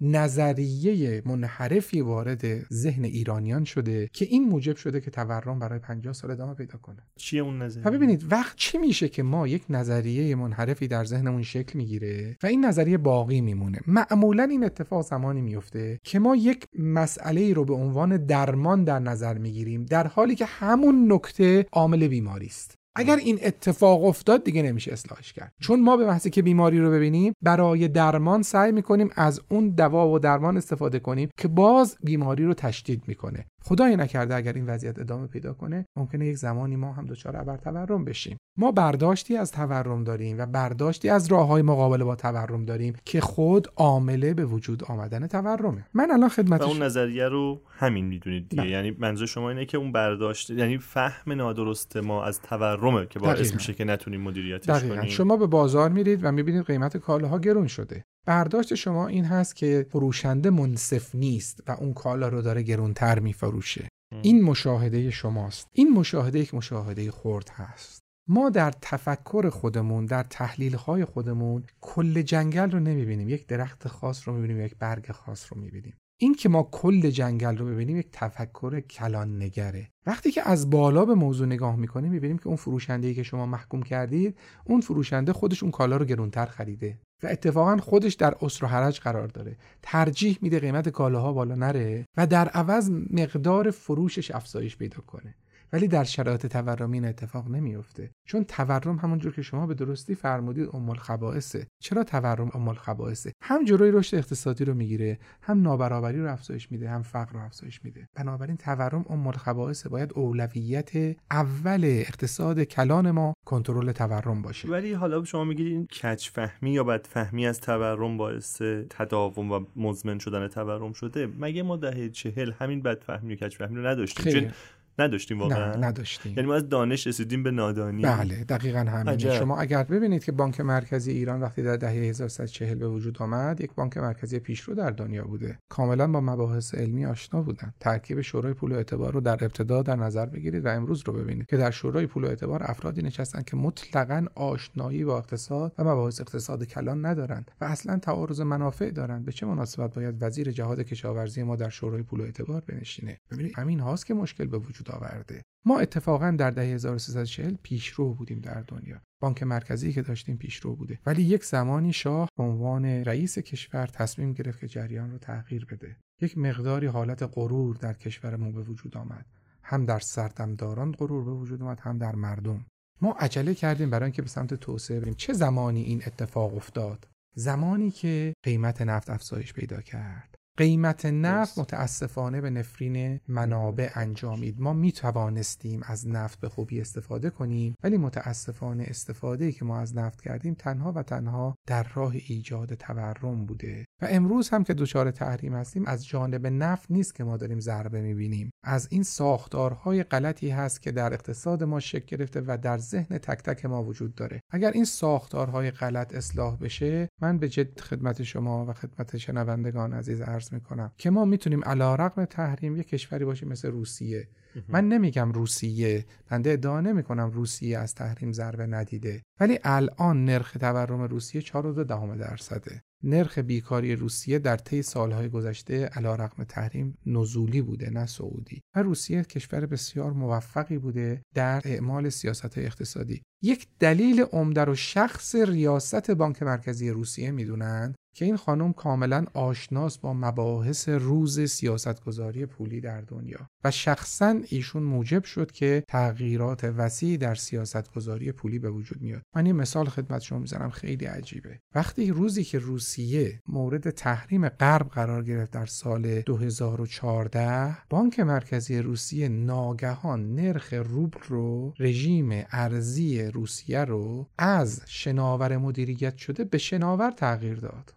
نظریه منحرفی وارد ذهن ایرانیان شده که این موجب شده که تورم برای پنجاه سال ادامه پیدا کنه. چیه اون نظریه؟ و ببینید وقت چی میشه که ما یک نظریه منحرفی در ذهنمون شکل میگیره و این نظریه باقی میمونه. معمولا این اتفاق زمانی میفته که ما یک مسئله رو به عنوان درمان در نظر میگیریم در حالی که همون نکته عامل بیماری است. اگر این اتفاق افتاد دیگه نمیشه اصلاحش کرد، چون ما به محضی که بیماری رو ببینیم برای درمان سعی میکنیم از اون دوا و درمان استفاده کنیم که باز بیماری رو تشدید میکنه. خدای نکرده اگر این وضعیت ادامه پیدا کنه ممکنه یک زمانی ما هم دچار ابرتورم بشیم. ما برداشتی از تورم داریم و برداشتی از راههای مقابله با تورم داریم که خود عامل به وجود آمدن تورمه. من الان خدمتش اون نظریه رو همین میدونید دیگه، یعنی منظور شما اینه که اون برداشت، یعنی فهم نادرست ما از تورمه که باعث دقیقا. میشه که نتونیم مدیریتش دقیقا. کنیم. شما به بازار میرید و میبینید قیمت کالاها گرون شده. برداشت شما این هست که فروشنده منصف نیست و اون کالا رو داره گرونتر میفروشه. این مشاهده شماست. این مشاهده یک مشاهده خرد هست. ما در تفکر خودمون، در تحلیل‌های خودمون کل جنگل رو نمی‌بینیم، یک درخت خاص رو می‌بینیم، یک برگ خاص رو می‌بینیم. این که ما کل جنگل رو ببینیم یک تفکر کلان نگره. وقتی که از بالا به موضوع نگاه می‌کنیم می‌بینیم که اون فروشنده‌ای که شما محکوم کردید، اون فروشنده خودش اون کالا رو گرونتر خریده و اتفاقا خودش در اسر و حرج قرار داره، ترجیح میده قیمت کالاها بالا نره و در عوض مقدار فروشش افزایش پیدا کنه. ولی در شرایط تورمی این اتفاق نمیفته، چون تورم همونجور که شما به درستی فرمودید ام الخبائثه. چرا تورم ام الخبائثه؟ هم جلوی رشد اقتصادی رو میگیره، هم نابرابری رو افزایش میده، هم فقر رو افزایش میده. بنابراین تورم ام الخبائثه. باید اولویت اول اقتصاد کلان ما کنترل تورم باشه. ولی حالا شما میگید این کج فهمی یا بد فهمی از تورم باعث تداوم و مزمن شدن تورم شده. مگه ما دهه چهل همین بد فهمی و کج فهمی رو نداشتیم؟ نداشتیم واقعا؟ نه نداشتیم. یعنی ما از دانش رسیدیم به نادانی. بله دقیقاً همینه. شما اگر ببینید که بانک مرکزی ایران وقتی در دهه هزار و سیصد و چهل به وجود آمد، یک بانک مرکزی پیشرو در دنیا بوده. کاملاً با مباحث علمی آشنا بودن. ترکیب شورای پول و اعتبار رو در ابتدا در نظر بگیرید و امروز رو ببینید که در شورای پول و اعتبار افرادی نشستن که مطلقاً آشنایی با اقتصاد و مباحث اقتصاد کلان ندارند و اصلاً تعارض منافع دارند. به چه مناسبت باید وزیر جهاد کشاورزی ما در شورای پول و اعتبار بنشینه؟ ببینید همین هاست که مشکل به وجود آورده. ما اتفاقا در دهه هزار و سیصد و چهل پیشرو بودیم در دنیا. بانک مرکزی که داشتیم پیشرو بوده، ولی یک زمانی شاه به عنوان رئیس کشور تصمیم گرفت که جریان رو تغییر بده. یک مقداری حالت غرور در کشورمون به وجود آمد، هم در سردمداران غرور به وجود آمد، هم در مردم. ما عجله کردیم برای اینکه به سمت توسعه بریم. چه زمانی این اتفاق افتاد؟ زمانی که قیمت نفت افزایش پیدا کرد. قیمت نفت متاسفانه به نفرین منابع انجامید. ما می توانستیم از نفت به خوبی استفاده کنیم، ولی متاسفانه استفاده‌ای که ما از نفت کردیم تنها و تنها در راه ایجاد تورم بوده. و امروز هم که دچار تحریم هستیم از جانب نفت نیست که ما داریم ضربه می‌بینیم، از این ساختارهای غلطی هست که در اقتصاد ما شکل گرفته و در ذهن تک تک ما وجود داره. اگر این ساختارهای غلط اصلاح بشه، من به جد خدمت شما و خدمت شنوندگان عزیز عرض میکنم که ما میتونیم علیرغم تحریم یک کشوری باشیم مثل روسیه. من نمیگم روسیه، بنده ادعا نمیکنم روسیه از تحریم ضربه ندیده، ولی الان نرخ تورم روسیه چهار و دو دهم درصده. نرخ بیکاری روسیه در طی سالهای گذشته علیرغم تحریم نزولی بوده نه صعودی. و روسیه کشور بسیار موفقی بوده در اعمال سیاست‌های اقتصادی. یک دلیل عمده رو شخص ریاست بانک مرکزی روسیه میدونن که این خانم کاملا آشناست با مباحث روز سیاستگذاری پولی در دنیا و شخصا ایشون موجب شد که تغییرات وسیعی در سیاستگذاری پولی به وجود میاد. من این مثال خدمت شما میزنم خیلی عجیبه. وقتی روزی که روسیه مورد تحریم غرب قرار گرفت در سال دو هزار و چهارده، بانک مرکزی روسیه ناگهان نرخ روبل رو، رژیم ارزی روسیه رو از شناور مدیریت شده به شناور تغییر داد.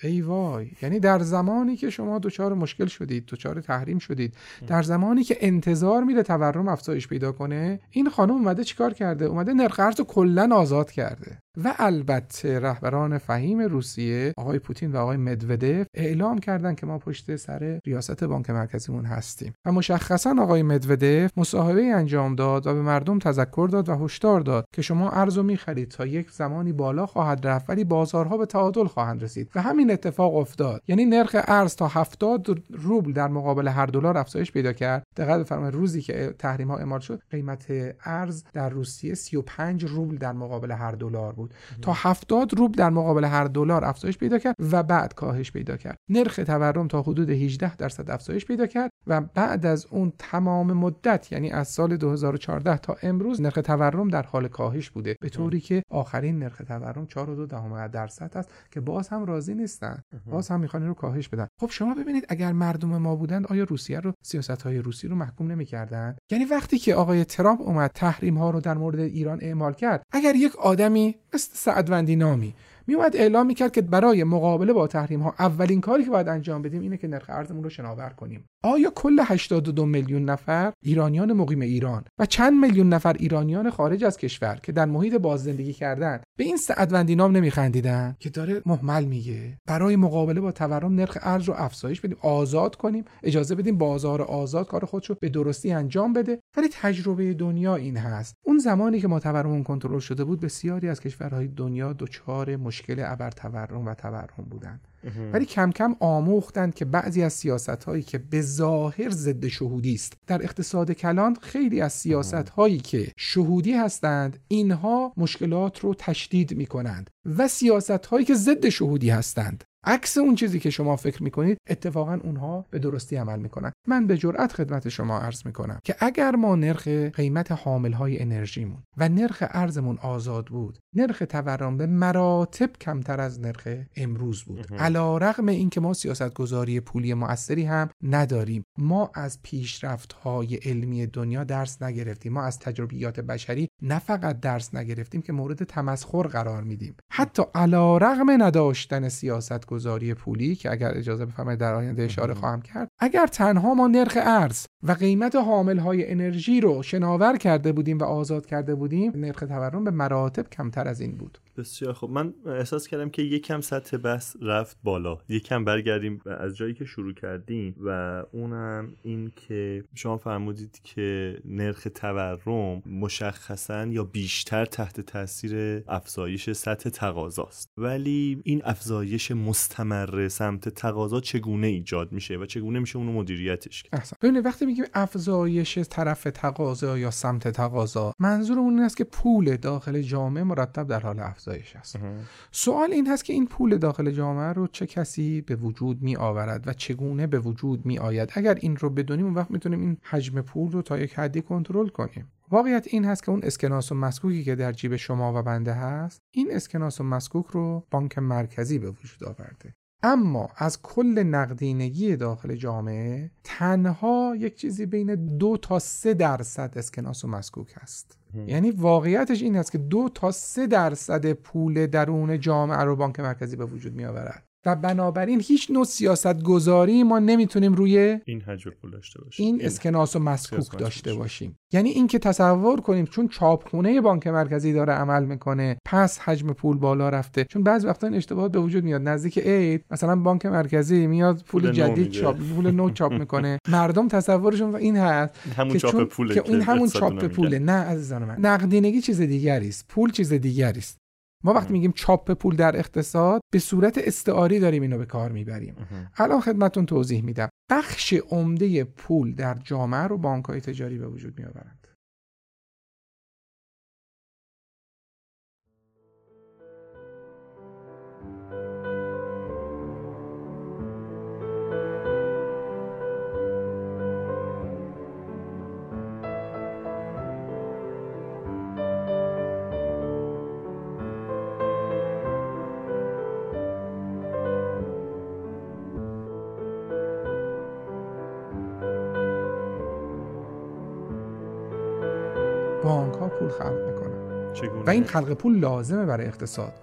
ای وای. یعنی در زمانی که شما دچار مشکل شدید، دچار تحریم شدید، در زمانی که انتظار میره تورم افزایش پیدا کنه، این خانم اومده چیکار کرده؟ اومده نرخ ارز رو کلا آزاد کرده. و البته رهبران فهیم روسیه آقای پوتین و آقای مدودف اعلام کردن که ما پشت سر ریاست بانک مرکزیمون هستیم و مشخصا آقای مدودف مصاحبه انجام داد و به مردم تذکر داد و هشدار داد که شما ارزو میخرید تا یک زمانی بالا خواهد رفت ولی بازارها به تعادل خواهند رسید و همین اتفاق افتاد. یعنی نرخ ارز تا هفتاد روبل در مقابل هر دلار افزایش پیدا کرد. دقت بفرمایید روزی که تحریم ها اعمال شد قیمت ارز در روسیه سی و پنج روبل در مقابل هر دلار بود تا هفتاد روبل در مقابل هر دلار افزایش پیدا کرد و بعد کاهش پیدا کرد. نرخ تورم تا حدود هجده درصد افزایش پیدا کرد و بعد از اون تمام مدت، یعنی از سال دو هزار و چهارده تا امروز، نرخ تورم در حال کاهش بوده، به طوری که آخرین نرخ تورم چهار و دو دهم درصد است که باز هم راضی نیستن، باز هم میخوان رو کاهش بدن. خب شما ببینید اگر مردم ما بودند آیا روسیه رو، سیاست‌های روسی رو محکوم نمی‌کردن؟ یعنی وقتی که آقای ترامپ اومد تحریم ها رو در مورد ایران اعمال کرد، اگر یک آدمی مثل سعدوندی نامی میومد اعلام میکرد که برای مقابله با تحریم ها اولین کاری که باید انجام بدیم اینه که نرخ ارزمون رو شناور کنیم، آیا کل هشتاد و دو میلیون نفر ایرانیان مقیم ایران و چند میلیون نفر ایرانیان خارج از کشور که در محیط باز زندگی کردن به این سعدوندی نام نمیخندیدن که داره مهمل میگه برای مقابله با تورم نرخ ارز رو افزایش بدیم، آزاد کنیم، اجازه بدیم بازار آزاد کار خودشو به درستی انجام بده؟ ولی تجربه دنیا این هست، اون زمانی که ما تورم کنترل شده بود بسیاری از کشورهای دنیا دچار مشکل ابر تورم و تورم بودن، ولی کم کم آموختند که بعضی از سیاست‌هایی که به ظاهر ضد شهودی است، در اقتصاد کلان خیلی از سیاست‌هایی که شهودی هستند اینها مشکلات رو تشدید می‌کنند و سیاست‌هایی که ضد شهودی هستند عکس اون چیزی که شما فکر میکنید اتفاقا اونها به درستی عمل میکنن. من به جرئت خدمت شما عرض میکنم که اگر ما نرخ قیمت حاملهای انرژیمون و نرخ ارزمون آزاد بود، نرخ تورم به مراتب کمتر از نرخ امروز بود. علیرغم اینکه ما سیاستگذاری پولی مؤثری هم نداریم، ما از پیشرفت‌های علمی دنیا درس نگرفتیم، ما از تجربیات بشری نه فقط درس نگرفتیم که مورد تمسخر قرار میدیم. حتی علیرغم نداشتن سیاست گذاری پولی که اگر اجازه بفرمایید در آینده اشاره خواهم کرد، اگر تنها ما نرخ ارز و قیمت حاملهای انرژی رو شناور کرده بودیم و آزاد کرده بودیم، نرخ تورم به مراتب کمتر از این بود. بسیار خب، من احساس کردم که یکم سطح بحث رفت بالا، یکم برگردیم از جایی که شروع کردیم و اونم این که شما فرمودید که نرخ تورم مشخصاً یا بیشتر تحت تاثیر افزایش سطح تقاضاست، ولی این افزایش مستمر سمت تقاضا چگونه ایجاد میشه و چگونه میشه اونو مدیریتش کرد؟ احسن. ببینید وقتی میگیم افزایش طرف تقاضا یا سمت تقاضا، منظورمون این است که پول داخل جامعه مرتب در حال افزایش است. سوال این هست که این پول داخل جامعه رو چه کسی به وجود می آورد و چگونه به وجود می آید؟ اگر این رو بدونیم اون وقت میتونیم این حجم پول رو تا یک حدی کنترل کنیم. واقعیت این هست که اون اسکناس و مسکوکی که در جیب شما و بنده هست، این اسکناس و مسکوک رو بانک مرکزی به وجود آورده. اما از کل نقدینگی داخل جامعه تنها یک چیزی بین دو تا سه درصد اسکناس و مسکوک هست. یعنی واقعیتش این هست که دو تا سه درصد پول درون جامعه رو بانک مرکزی به وجود می آورد و بنابراین هیچ نوع سیاست گذاری ما نمیتونیم روی این حجم پول داشته باشیم، این اسکناس و مسکوک داشته باشیم. یعنی این که تصور کنیم چون چاپخونه بانک مرکزی داره عمل میکنه پس حجم پول بالا رفته، چون بعضی وقتا این اشتباهات به وجود میاد. نزدیک عید مثلا بانک مرکزی میاد پول, پول جدید چاپ پول نو چاپ میکنه، مردم تصورشون این هست همون که چاپ پوله که این همون چاپ پوله. نه عزیزان من، نقدینگی چیز دیگری است، پول چیز دیگری است. ما وقتی میگیم چاپ پول در اقتصاد به صورت استعاری داریم اینو به کار میبریم. الان خدمتتون توضیح میدم. بخش عمده پول در جامعه رو بانک‌های تجاری به وجود میآورند. بانک ها پول خلق میکنن چگونه؟ و این خلق پول لازمه برای اقتصاد.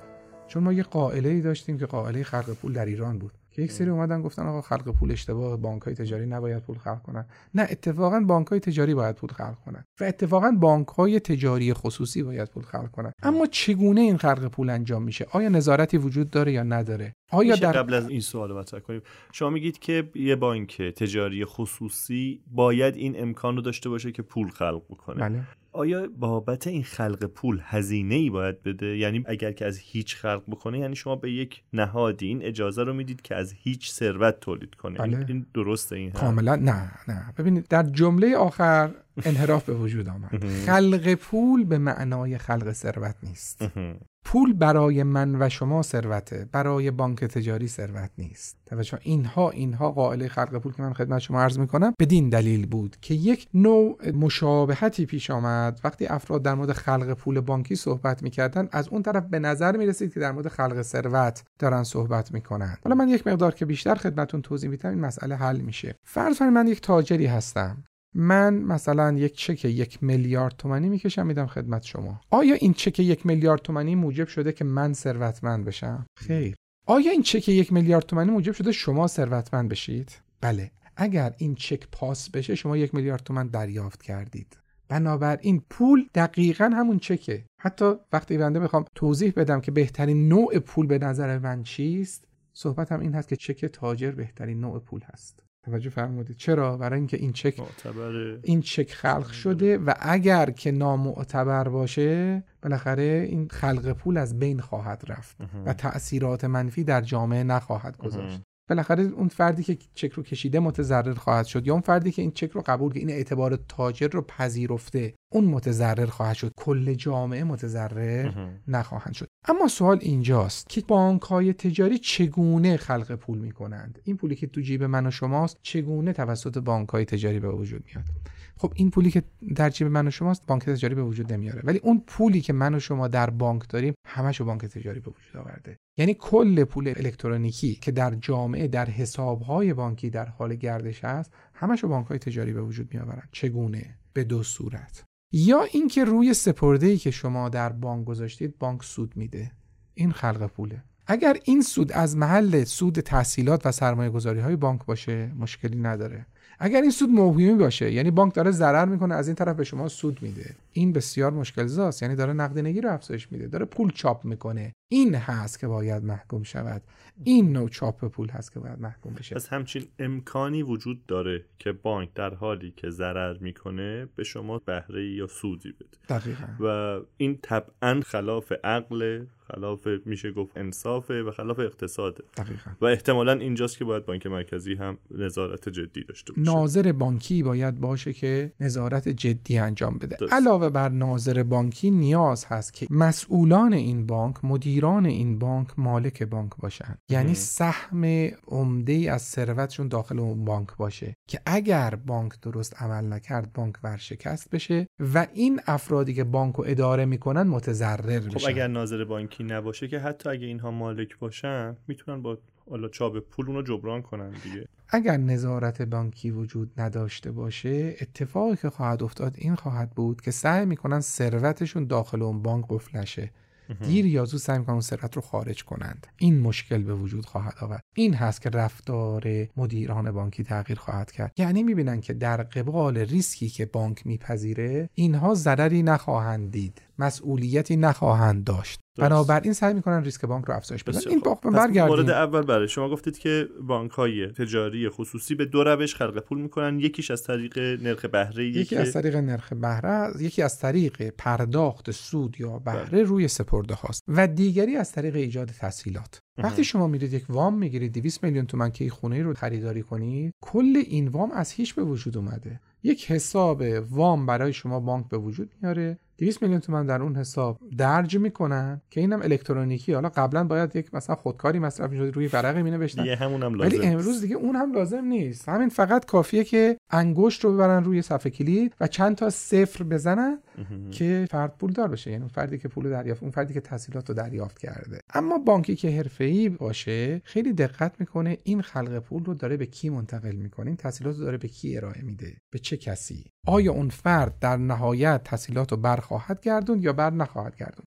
چون ما یه قائله‌ای داشتیم که قائله خلق پول در ایران بود که یک سری اومدن گفتن آقا خلق پول اشتباه، بانک‌های تجاری نباید پول خلق کنن. نه، اتفاقا بانک‌های تجاری باید پول خلق کنن و اتفاقا بانک‌های تجاری خصوصی باید پول خلق کنن. اما چگونه این خلق پول انجام میشه؟ آیا نظارتی وجود داره یا نداره؟ آیا در... قبل از این سوال مطرح کنیم، شما میگید که یه بانک تجاری خصوصی باید این امکان رو داشته باشه که پول خلق بکنه. بله. آیا بابت این خلق پول هزینه‌ای باید بده؟ یعنی اگر که از هیچ خلق بکنه، یعنی شما به یک نهادی این اجازه رو میدید که از هیچ ثروت تولید کنه. بله. این درسته؟ این کاملا نه نه. ببینید در جمله آخر انحراف به وجود آمد. خلق پول به معنای خلق ثروت نیست. پول برای من و شما ثروته، برای بانک تجاری ثروت نیست. توجه، اینها اینها قائله خلق پول که من خدمت شما عرض میکنم بدین دلیل بود که یک نوع مشابهتی پیش آمد وقتی افراد در مورد خلق پول بانکی صحبت میکردن، از اون طرف به نظر میرسید که در مورد خلق ثروت دارن صحبت میکنن. حالا من یک مقدار که بیشتر خدمتتون توضیح میدم این مسئله حل میشه. فرض کنید من یک تاجری هستم، من مثلا یک چک یک میلیارد تومانی میکشم میدم خدمت شما. آیا این چک یک میلیارد تومانی موجب شده که من ثروتمند بشم؟ خیر. آیا این چک یک میلیارد تومانی موجب شده شما ثروتمند بشید؟ بله. اگر این چک پاس بشه شما یک میلیارد تومان دریافت کردید. بنابراین پول دقیقاً همون چکه. حتی وقتی بنده بخوام توضیح بدم که بهترین نوع پول به نظر من چیست، صحبت هم این هست که چک تاجر بهترین نوع پول هست. توجه فرمودید؟ چرا؟ برای اینکه این چک معتبره. این چک خلق شده و اگر که نامعتبر باشه بالاخره این خلق پول از بین خواهد رفت و تأثیرات منفی در جامعه نخواهد گذاشت. بالاخره اون فردی که چک رو کشیده متضرر خواهد شد یا اون فردی که این چک رو قبول کرده، این اعتبار تاجر رو پذیرفته، اون متضرر خواهد شد. کل جامعه متضرر نخواهند شد. اما سوال اینجاست که بانک‌های تجاری چگونه خلق پول می‌کنند؟ این پولی که تو جیب من و شماست چگونه توسط بانک‌های تجاری به وجود میاد؟ خب این پولی که در جیب من و شماست بانک تجاری به وجود نمیاره، ولی اون پولی که من و شما در بانک داریم همشو بانک تجاری به وجود آورده. یعنی کل پول الکترونیکی که در جامعه در حساب‌های بانکی در حال گردش هست همشو بانک‌های تجاری به وجود میآورن. چگونه؟ به دو صورت. یا اینکه روی سپرده‌ای که شما در بانک گذاشتید بانک سود میده. این خلق پوله. اگر این سود از محل سود تحصیلات و سرمایه‌گذاری‌های بانک باشه مشکلی نداره. اگر این سود موهومی باشه، یعنی بانک داره ضرر میکنه از این طرف به شما سود میده، این بسیار مشکل زاست. یعنی داره نقدینگی رو افزایش میده، داره پول چاپ میکنه. این هست که باید محکوم شود. این نوع چاپ پول هست که باید محکوم بشه. پس همچین امکانی وجود داره که بانک در حالی که ضرر میکنه به شما بهره یا سودی بده. دقیقاً. و این طبعاً خلاف عقل، خلاف میشه گفت انصافه و خلاف اقتصاده. دقیقاً. و احتمالاً اینجاست که باید بانک مرکزی هم نظارت جدی داشته باشه. ناظر بانکی باید باشه که نظارت جدی انجام بده. دست. علاوه بر ناظر بانکی نیاز هست که مسئولان این بانک، مدیران این بانک مالک بانک باشن. یعنی سهم عمده‌ای از ثروتشون داخل اون بانک باشه که اگر بانک درست عمل نکرد بانک ورشکست بشه و این افرادی که بانک رو اداره میکنن متضرر بشن. خب اگر ناظر بانکی نباشه که حتی اگه اینها مالک باشن میتونن با حالا چاپ پول اونو جبران کنن دیگه. اگر نظارت بانکی وجود نداشته باشه اتفاقی که خواهد افتاد این خواهد بود که سعی میکنن ثروتشون داخل اون بانک قفل نشه. دیر یا زود سعی میکنن اون ثروت رو خارج کنند. این مشکل به وجود خواهد آورد. این هست که رفتار مدیران بانکی تغییر خواهد کرد. یعنی میبینن که در قبال ریسکی که بانک میپذیره اینها ضرری نخواهند دید، مسئولیتی نخواهند داشت. بنابراین سعی میکنن ریسک بانک رو افزایش بدن. این باخت برگردیم. مورد اول برای شما گفتید که بانک‌های تجاری خصوصی به دو روش خلق پول میکنن. یکیش از طریق نرخ بهره، یکی از طریق نرخ بهره، یکی از طریق پرداخت سود یا بهره روی سپرده هاست و دیگری از طریق ایجاد تسهیلات. وقتی شما میرید یک وام میگیرید دویست میلیون تومان که خونه رو خریداری کنید، کل این وام از هیچ به وجود اومده. یک حساب وام برای شما بانک به وجود میاره، دویست میلیون تومان در اون حساب درج میکنن که اینم الکترونیکی. حالا قبلا باید یک مثلا خودکاری مصرف میشد روی ورقی مینوشتن دیگه همونم لازم، ولی امروز دیگه اون هم لازم نیست. همین فقط کافیه که انگشت رو ببرن روی صفحه کلید و چند تا صفر بزنن که فرد پولدار بشه. یعنی اون فردی که پول دریافت، اون فردی که تسهیلات رو دریافت کرده. اما بانکی که حرفه‌ای باشه خیلی دقت میکنه این خلق پول رو داره به کی منتقل میکنه، این تسهیلات رو داره به کی ارائه میده، به چه کسی. آیا اون فرد در نهایت تسهیلات رو بر خواهد گردوند یا بر نخواهد گردوند؟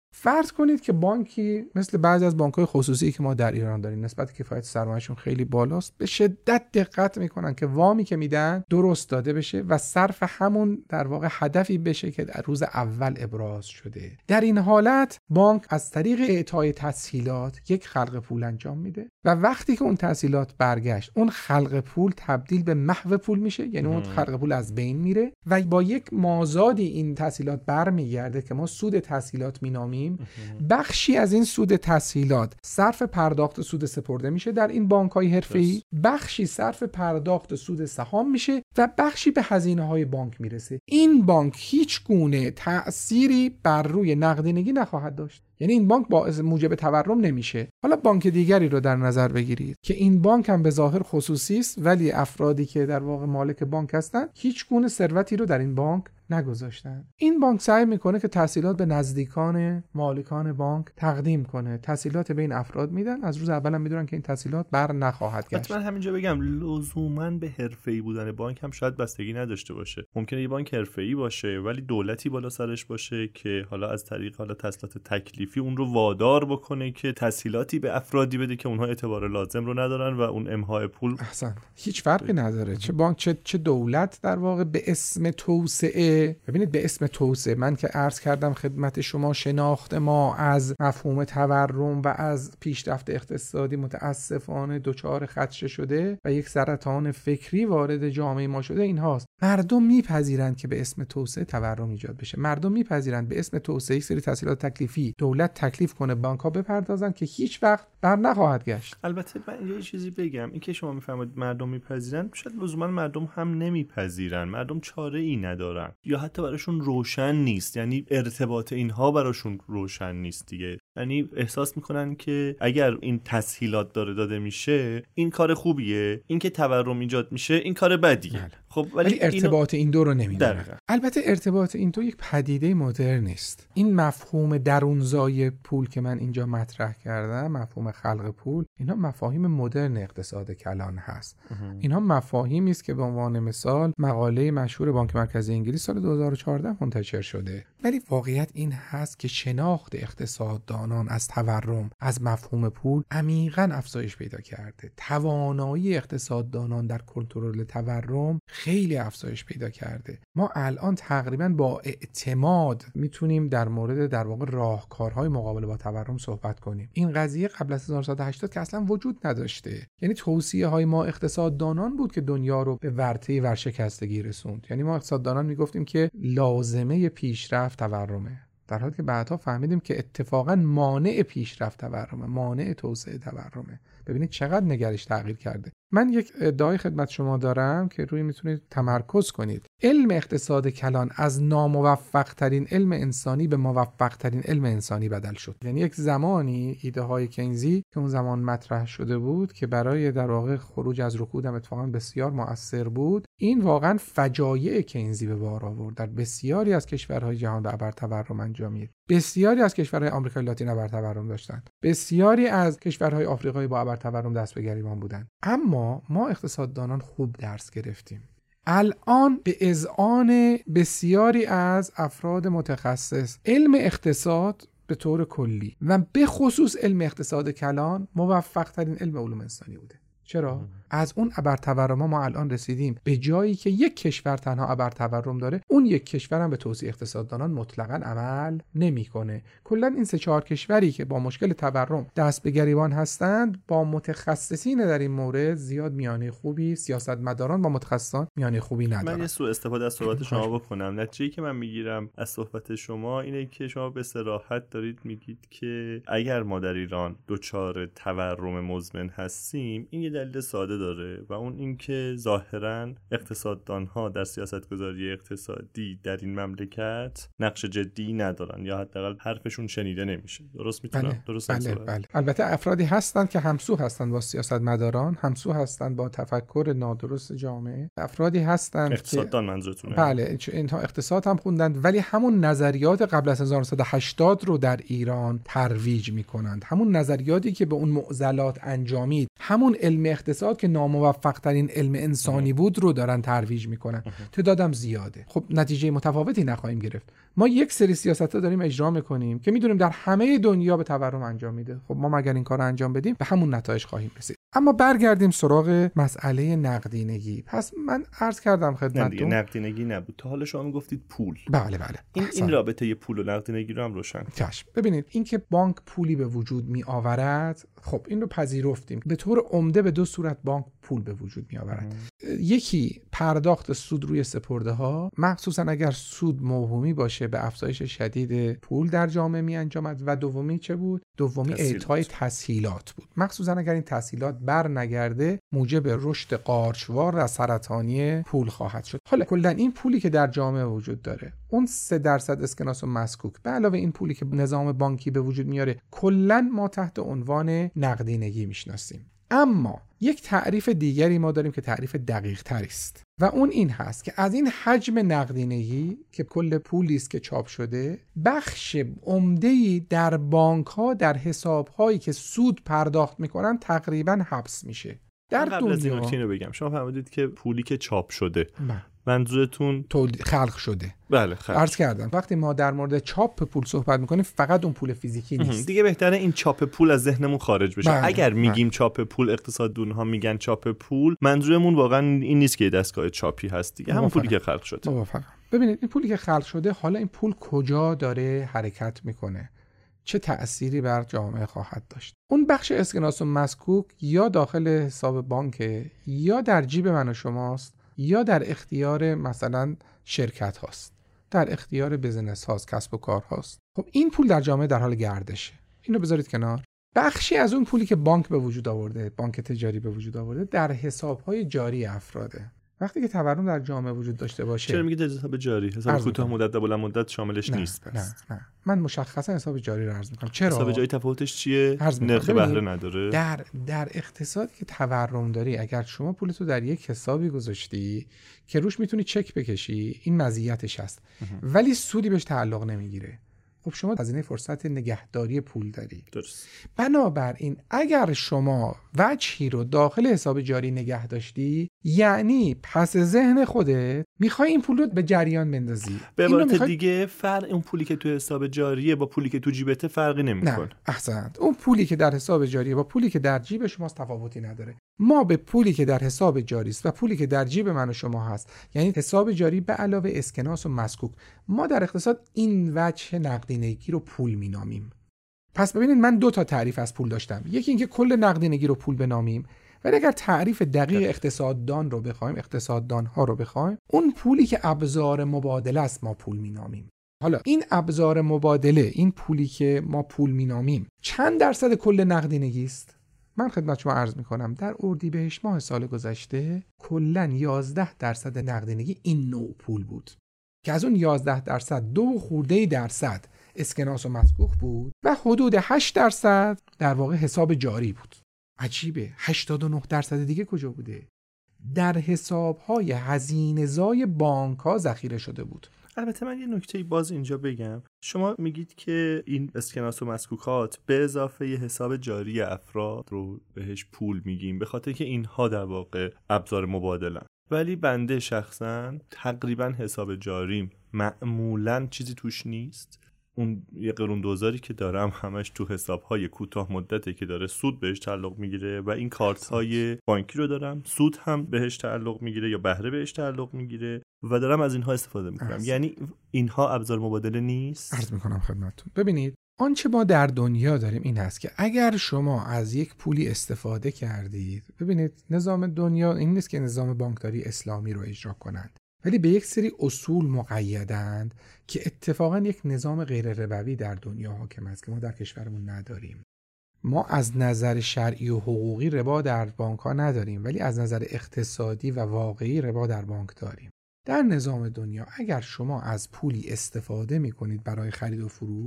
فرض کنید که بانکی مثل بعضی از بانک‌های خصوصی که ما در ایران داریم نسبت کفایت سرمایه‌شون خیلی بالاست، به شدت دقت میکنن که وامی که میدن درست داده بشه و صرف همون در واقع هدفی بشه که در روز اول ابراز شده. در این حالت بانک از طریق اعطای تسهیلات یک خلق پول انجام میده و وقتی که اون تسهیلات برگشت اون خلق پول تبدیل به محو پول میشه، یعنی اون خلق پول از بین میره و با یک مازادی این تسهیلات برمیگرده که ما سود تسهیلات مینامیم. بخشی از این سود تسهیلات صرف پرداخت سود سپرده میشه در این بانک‌های حرفه‌ای، بخشی صرف پرداخت سود سهام میشه و بخشی به هزینه‌های بانک میرسه. این بانک هیچ گونه تأثیری بر روی نقدینگی نخواهد داشت، یعنی این بانک باعث موجب تورم نمیشه. حالا بانک دیگری رو در نظر بگیرید که این بانک هم به ظاهر خصوصی است ولی افرادی که در واقع مالک بانک هستن هیچ گونه ثروتی رو در این بانک نگذاشتن. این بانک سعی میکنه که تسهیلات به نزدیکان مالکان بانک تقدیم کنه، تسهیلات به این افراد میدن، از روز اول هم میدونن که این تسهیلات بر نخواهد گشت. من همینجا بگم لزوما به حرفه‌ای بودن بانک هم شاید بستگی نداشته باشه. ممکنه یه بانک حرفه‌ای باشه ولی دولتی بالا سرش باشه که حالا از طریق حالا تسهیلات تکلیفی اون رو وادار بکنه که تسهیلاتی به افرادی بده که اونها اعتبار لازم رو ندارن و اون امهای پول احسن هیچ فرقی نداره چه بانک چه چه دولت در واقع به اسم توسعه. ببینید به اسم توسعه، من که عرض کردم خدمت شما شناخت ما از مفهوم تورم و از پیشرفت اقتصادی متاسفانه دچار خدشه شده و یک سرطان فکری وارد جامعه ما شده این هاست. مردم میپذیرند که به اسم توسعه تورم ایجاد بشه، مردم میپذیرند به اسم توسعه یک سری تسهیلات تکلیفی دولت تکلیف کنه بانک‌ها بپردازن که هیچ وقت بر نخواهد گشت. البته من یه چیزی بگم، این که شما میفهمید مردم میپذیرن شاید لزوما مردم هم نمیپذیرن، مردم چاره ای ندارن یا حتی براشون روشن نیست، یعنی ارتباط اینها براشون روشن نیست دیگه. یعنی احساس میکنن که اگر این تسهیلات داره داده میشه این کار خوبیه، این که تورم ایجاد میشه این کار بدیه. بله. خب ولی ارتباط اینو... این دو رو نمیدونه. البته ارتباط این دو یک پدیده مدرن است. این مفهوم درونزای پول که من اینجا مطرح کردم، مفهوم خلق پول، اینا مفاهیم مدرن اقتصاد کلان هست. اینها مفاهیمی است که به عنوان مثال مقاله مشهور بانک مرکزی انگلیس سال دو هزار و چهارده منتشر شده. ولی واقعیت این هست که شناخت اقتصاددانان از تورم، از مفهوم پول عمیقاً افزایش پیدا کرده. توانایی اقتصاددانان در کنترل تورم خیلی افزایش پیدا کرده. ما الان تقریباً با اعتماد میتونیم در مورد در واقع راهکارهای مقابله با تورم صحبت کنیم. این قضیه قبل از هزار و نهصد و هشتاد که اصلا وجود نداشته. یعنی توصیه‌های ما اقتصاددانان بود که دنیا رو به ورطه ورشکستگی رسوند. یعنی ما اقتصاددانان میگفتیم که لازمه پیشرفت تورمه، در حالی که بعدها فهمیدیم که اتفاقا مانع پیشرفت تورمه، مانع توسعه تورمه. ببینید چقدر نگرش تغییر کرده. من یک ادعای خدمت شما دارم که روی میتونید تمرکز کنید. علم اقتصاد کلان از ناموفق ترین علم انسانی به موفق ترین علم انسانی بدل شد. یعنی یک زمانی ایده های کینزی که اون زمان مطرح شده بود که برای در واقع خروج از رکود هم اتفاقا بسیار مؤثر بود، این واقعا فجایع کینزی به بار آورد. در بسیاری از کشورهای جهان به ابر تورم انجامید. بسیاری از کشورهای آمریکای لاتین ابر تورم داشتند. بسیاری از کشورهای آفریقایی با ابر تورم دست به گریبان بودند. اما ما اقتصاددانان خوب درس گرفتیم. الان به اذعان بسیاری از افراد متخصص علم اقتصاد به طور کلی و به خصوص علم اقتصاد کلان موفق ترین علم علوم انسانی بوده. چرا؟ از اون ابر تورم ما الان رسیدیم به جایی که یک کشور تنها ابر تورم داره، اون یک کشور هم به توسعه اقتصاددانان مطلقاً عمل نمیکنه. کلا این سه چهار کشوری که با مشکل تورم دست به گریبان هستند با متخصصین در این مورد زیاد میانه خوبی، سیاستمداران با متخصصان میانه خوبی ندارن. من یه سوء استفاده از صحبت شما بکنم. نتیجه‌ای که من میگیرم از صحبت شما اینه که شما به صراحت دارید میگید که اگر ما در ایران دچار تورم مزمن هستیم این یه دلیل ساده داره و اون این که ظاهراً اقتصاددان‌ها در سیاستگذاری اقتصادی در این مملکت نقش جدی ندارن یا حداقل حرفشون شنیده نمیشه. درست میتونم بله، درست بله، بله. البته افرادی هستن که همسو هستن با سیاستمداران، همسو هستن با تفکر نادرست جامعه. افرادی هستن اقتصاددان منظورتونه؟ بله، اینها اقتصاد هم خوندند ولی همون نظریات قبل از هزار و نهصد و هشتاد رو در ایران ترویج میکنند. همون نظریاتی که به اون معضلات انجامید، همون علم اقتصاد که ناموفق ترین علم انسانی بود رو دارن ترویج میکنن. تعدادم زیاده. خب نتیجه متفاوتی نخواهیم گرفت. ما یک سری سیاست‌ها داریم اجرا میکنیم که میدونیم در همه دنیا به تورم انجام میده. خب ما مگر این کارو انجام بدیم به همون نتایج خواهیم رسید. اما برگردیم سراغ مسئله نقدینگی. پس من عرض کردم خدمتتون نقدینگی نبود تا حالا شما میگفتید پول. بله بله. این این رابطه پول و نقدینگی رو هم روشن چشم. ببینید اینکه بانک پولی به وجود می آورد، خب این رو پذیرفتیم. به طور عمده به دو صورت بانک پول به وجود می آورد. یکی پرداخت سود روی سپرده ها، مخصوصا اگر سود موهومی باشه به افزایش شدید پول در جامعه می انجامد، و دومی چه بود؟ دومی اعطای تسهیلات بود، مخصوصا اگر این تسهیلات بر نگرده موجب رشد قارچوار و سرطانی پول خواهد شد. حالا کلا این پولی که در جامعه وجود داره، اون سه درصد اسکناس و مسکوک به علاوه این پولی که نظام بانکی به وجود میاره، کلا ما تحت عنوان نقدینگی میشناسیم. اما یک تعریف دیگری ما داریم که تعریف دقیق تری است و اون این هست که از این حجم نقدینگی که کل پولی است که چاپ شده، بخش عمده‌ای در بانک‌ها در حساب‌هایی که سود پرداخت می‌کنن تقریباً حبس میشه. در قبل دنیا از این نکته اینو بگم، شما فهمیدید که پولی که چاپ شده بله. منظورتون تولید خلق شده. بله خلق. عرض کردم وقتی ما در مورد چاپ پول صحبت میکنیم فقط اون پول فیزیکی نیست. دیگه بهتره این چاپ پول از ذهنمون خارج بشه. بله. اگر میگیم بله. چاپ پول، اقتصاددون‌ها میگن چاپ پول، منظورمون واقعا این نیست که دستگاه چاپی هست دیگه، همون پولی که خلق شده. موافقم. ببینید این پولی که خلق شده، حالا این پول کجا داره حرکت میکنه، چه تأثیری بر جامعه خواهد داشت. اون بخش اسکناس و مسکوک یا داخل حساب بانک، یا در جیب من و شماست، یا در اختیار مثلا شرکت هاست، در اختیار بزنس هاست، کسب و کار هاست. خب این پول در جامعه در حال گردشه. اینو بذارید کنار. بخشی از اون پولی که بانک به وجود آورده، بانک تجاری به وجود آورده، در حساب های جاری افراده. وقتی که تورم در جامعه وجود داشته باشه، چرا میگید حساب جاری؟ حساب کوتاه مدت و بلند مدت شاملش نه، نیست پس. نه نه من مشخصا حساب جاری رو عرض میکنم. چرا؟ حساب جاری تفاوتش چیه؟ نرخ بهره نداره. در در اقتصادی که تورم داری، اگر شما پولتو در یک حسابی گذاشتی که روش میتونی چک بکشی، این مزیتش هست، ولی سودی بهش تعلق نمیگیره. خب شما هزینه فرصت نگهداری پول داری. درست. بنابراین اگر شما وجهی رو داخل حساب جاری نگه داشتی، یعنی پس ذهن خودت میخوای این پول رو به جریان بندازی. به عبارت میخوای... دیگه فرق اون پولی که تو حساب جاریه با پولی که تو جیبته فرقی نمیکنه. نه احسنت. اون پولی که در حساب جاریه با پولی که در جیب شماست تفاوتی نداره. ما به پولی که در حساب جاری است و پولی که در جیب من و شما هست، یعنی حساب جاری به علاوه اسکناس و مسکوک، ما در اقتصاد این وجه نقدینگی رو پول مینامیم. پس ببینید من دو تا تعریف از پول داشتم. یکی اینکه کل نقدینگی رو پول بنامیم، ولی اگر تعریف دقیق اقتصاددان رو بخوایم، اقتصاددان ها رو بخوایم، اون پولی که ابزار مبادله است ما پول مینامیم. حالا این ابزار مبادله، این پولی که ما پول مینامیم، چند درصد کل نقدینگی است؟ من خدمت شما عرض میکنم در اردیبهشت ماه سال گذشته کلاً یازده درصد نقدینگی این نوع پول بود که از اون یازده درصد دو خورده درصد اسکناس و مسکوک بود و حدود هشت درصد در واقع حساب جاری بود. عجیبه. هشتاد و نه درصد دیگه کجا بوده؟ در حساب‌های هزینه‌زای بانک‌ها ذخیره شده بود. البته من یه نکته باز اینجا بگم. شما میگید که این اسکناس و مسکوکات به اضافه ی حساب جاری افراد رو بهش پول میگیم به خاطر که اینها در واقع ابزار مبادلن، ولی بنده شخصا تقریبا حساب جاریم معمولا چیزی توش نیست. اون یه قرون دوزاری که دارم همش تو حساب‌های کوتاه مدته که داره سود بهش تعلق میگیره و این کارت‌های بانکی رو دارم سود هم بهش تعلق میگیره یا بهره بهش تعلق میگیره و دارم از اینها استفاده میکنم. ارز. یعنی اینها ابزار مبادله نیست. عرض میکنم خدمتتون. ببینید آنچه ما در دنیا داریم این هست که اگر شما از یک پولی استفاده کردید، ببینید نظام دنیا این نیست که نظام بانکداری اسلامی رو اجرا کنند، ولی به یک سری اصول مقیدند که اتفاقا یک نظام غیر ربوی در دنیا حاکم است که ما در کشورمون نداریم. ما از نظر شرعی و حقوقی ربا در بانک ها نداریم، ولی از نظر اقتصادی و واقعی ربا در بانک داریم. در نظام دنیا اگر شما از پولی استفاده می کنید برای خرید و فروش،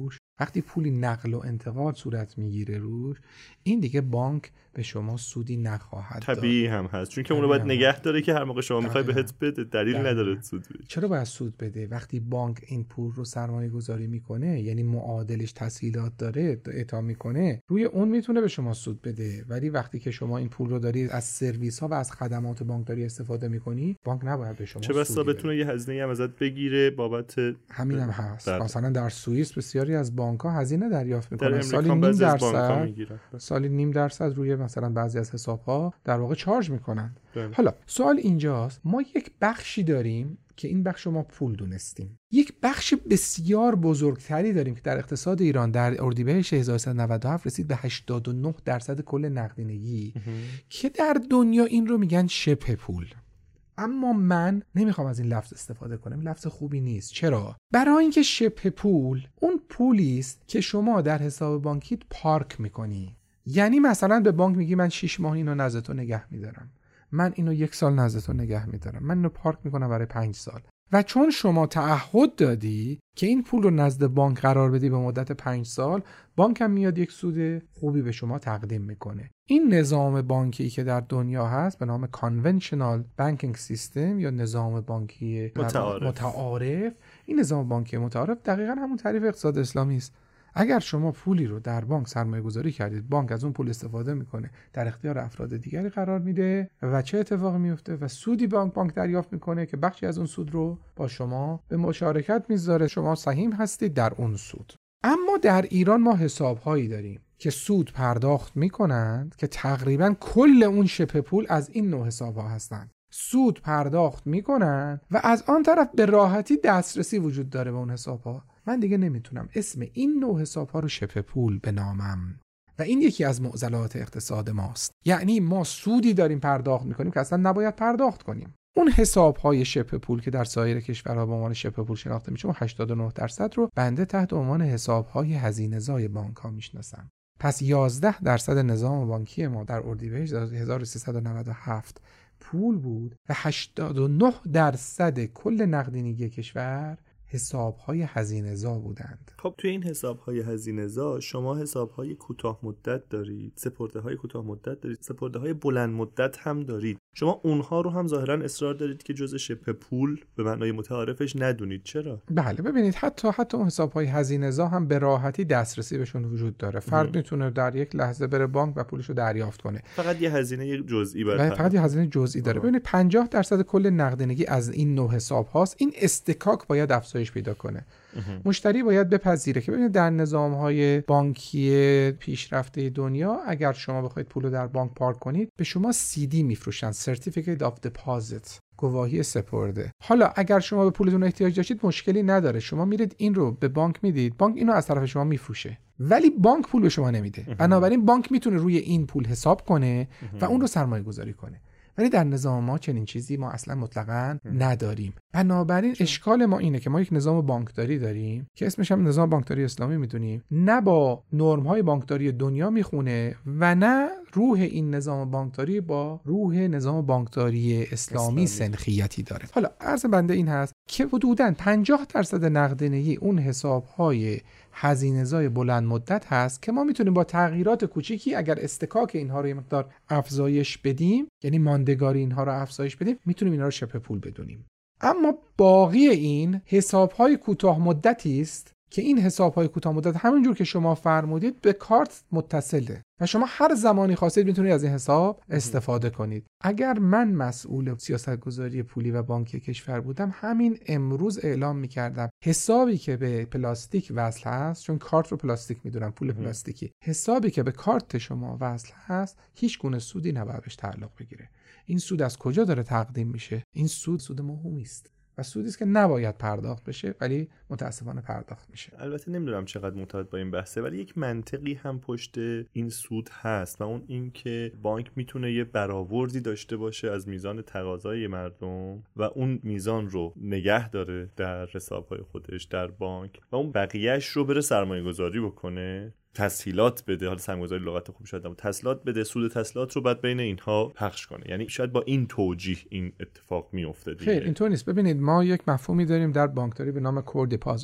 وقتی پولی نقل و انتقال صورت میگیره روش، این دیگه بانک به شما سودی نخواهد داد. طبیعی هم هست، چون که اونو باید نگه داره که هر موقع شما میخوای بهت بده، دلیل نداره سود بده. چرا باید سود بده؟ وقتی بانک این پول رو سرمایه گذاری میکنه، یعنی معادلش تسهیلات داره، اعطا میکنه، روی اون میتونه به شما سود بده. ولی وقتی که شما این پول رو داری از سرویس ها و از خدمات بانکداری استفاده میکنی، بانک نباید به شما چه بسا بتونه یه هزینه هم ازت بگیره بابت همین هم هست. در مثلا در سوئیس بسیاری از بانک ها هزینه دریافت میکنن، سالی نیم درصد میگیرن. سالی نیم درصد روی مثلا بعضی از حساب ها در واقع چارج میکنن. ده. حالا سوال اینجاست، ما یک بخشی داریم که این بخش ما پول دونستیم، یک بخش بسیار بزرگتری داریم که در اقتصاد ایران در اردیبهشت هزار و سیصد و نود و هفت رسید به هشتاد و نه درصد کل نقدینگی که در دنیا این رو میگن شبه پول. اما من نمیخوام از این لفظ استفاده کنم، این لفظ خوبی نیست. چرا؟ برای اینکه شبه پول اون پولی است که شما در حساب بانکیت پارک میکنی. یعنی مثلا به بانک میگی من شش ماه اینو نزد تو نگه میدارم، من اینو یک سال نزد تو نگه میدارم، من اینو پارک میکنم برای پنج سال. و چون شما تعهد دادی که این پول رو نزد بانک قرار بدی به مدت پنج سال، بانک هم میاد یک سود خوبی به شما تقدیم میکنه. این نظام بانکی که در دنیا هست به نام Conventional Banking System یا نظام بانکی متعارف. متعارف، این نظام بانکی متعارف دقیقاً همون تعریف اقتصاد اسلامی است. اگر شما پولی رو در بانک سرمایه گذاری کردید، بانک از اون پول استفاده میکنه، در اختیار افراد دیگری قرار میده و چه اتفاقی میفته؟ و سودی بانک بانک دریافت میکنه که بخشی از اون سود رو با شما به مشارکت میذاره، شما سهیم هستید در اون سود. اما در ایران ما حسابهایی داریم که سود پرداخت میکنند که تقریبا کل اون شبه پول از این نوع حسابها هستند. سود پرداخت میکنن و از آن طرف به راحتی دسترسی وجود داره به اون حسابها. من دیگه نمیتونم اسم این نوع حسابها رو شبه پول بنامم و این یکی از معضلات اقتصاد ماست. یعنی ما سودی داریم پرداخت میکنیم که اصلا نباید پرداخت کنیم. اون حسابهای شبه پول که در سایر کشورها به عنوان شبه پول شناخته میشه، هشتاد و نه درصد رو بنده تحت عنوان حسابهای هزینه‌زای بانک‌ها میشناسم. پس یازده درصد نظام بانکی ما در اردیبهشت هزار و سیصد و نود و هفت پول بود و هشتاد و نه درصد کل نقدینگی کشور حساب‌های هزینه‌زا بودند. خب توی این حساب‌های هزینه‌زا شما حساب‌های کوتاه مدت دارید، سپرده‌های کوتاه مدت دارید، سپرده‌های بلند مدت هم دارید. شما اونها رو هم ظاهراً اصرار دارید که جزء شبه پول به معنای متعارفش ندونید. چرا؟ بله ببینید، حتی حتی اون حساب‌های هزینه‌زا هم به راحتی دسترسی بهشون وجود داره. فرد میتونه در یک لحظه بره بانک و پولش رو دریافت کنه. فقط یه هزینه جزئی برای فقط یه هزینه جزئی داره. ببینید پنجاه درصد کل نقدینگی از این نوع حساب هاست. این استکاک باید افزایش پیدا کنه. مشتری باید بپذیره که ببینید در نظام‌های بانکی پیشرفته دنیا اگر شما بخواید پول رو در بانک پارک کنید، به شما سی دی میفروشن، Certificate of Deposit، گواهی سپرده. حالا اگر شما به پولتون احتیاج داشتید مشکلی نداره، شما میرید این رو به بانک میدید، بانک اینو از طرف شما میفروشه، ولی بانک پول به شما نمیده. بنابراین بانک میتونه روی این پول حساب کنه و اون رو سرمایه گذاری کنه. ولی در نظام ما چنین چیزی ما اصلا مطلقاً نداریم. بنابراین اشکال ما اینه که ما یک نظام بانکداری داریم که اسمش هم نظام بانکداری اسلامی میدونیم، نه با نرم‌های بانکداری دنیا میخونه و نه روح این نظام بانکداری با روح نظام بانکداری اسلامی, اسلامی. سنخیتی داره. حالا عرض بنده این هست که حدوداً پنجاه درصد نقدینگی اون حساب‌های هزینه‌زای بلند مدت هست که ما میتونیم با تغییرات کوچیکی اگر استکاک اینها رو یه مقدار افزایش بدیم، یعنی ماندگاری اینها رو افزایش بدیم، میتونیم اینها رو شبه پول بدونیم. اما باقی این حساب‌های کوتاه مدتی است که این حساب‌های کوتاه مدت همونجور که شما فرمودید به کارت متصله و شما هر زمانی خواستید میتونید از این حساب استفاده کنید. اگر من مسئول سیاستگذاری پولی و بانکی کشور بودم، همین امروز اعلام میکردم حسابی که به پلاستیک وصل هست، چون کارت رو پلاستیک میدونم، پول پلاستیکی، حسابی که به کارت شما وصل هست هیچ گونه سودی نباید بهش تعلق بگیره. این سود از کجا داره تقدیم میشه؟ این سود سود موهومی است و سودی است که نباید پرداخت بشه ولی متاسفانه پرداخت میشه. البته نمیدونم چقدر معتاد با این بحثه، ولی یک منطقی هم پشت این سود هست و اون این که بانک میتونه یه برآوردی داشته باشه از میزان تقاضای مردم و اون میزان رو نگه داره در حسابهای خودش در بانک و اون بقیهش رو بره سرمایه گذاری بکنه، تسهیلات بده. حالا سرمایه‌گذاری لغت خوب شد، اما تسهیلات بده، سود تسهیلات رو بعد بین اینها پخش کنه. یعنی شاید با این توجیه این اتفاق میفته دیگه. خیر اینطور نیست. ببینید ما یک مفهومی داریم در بانکداری به نام کور دیپازیتس.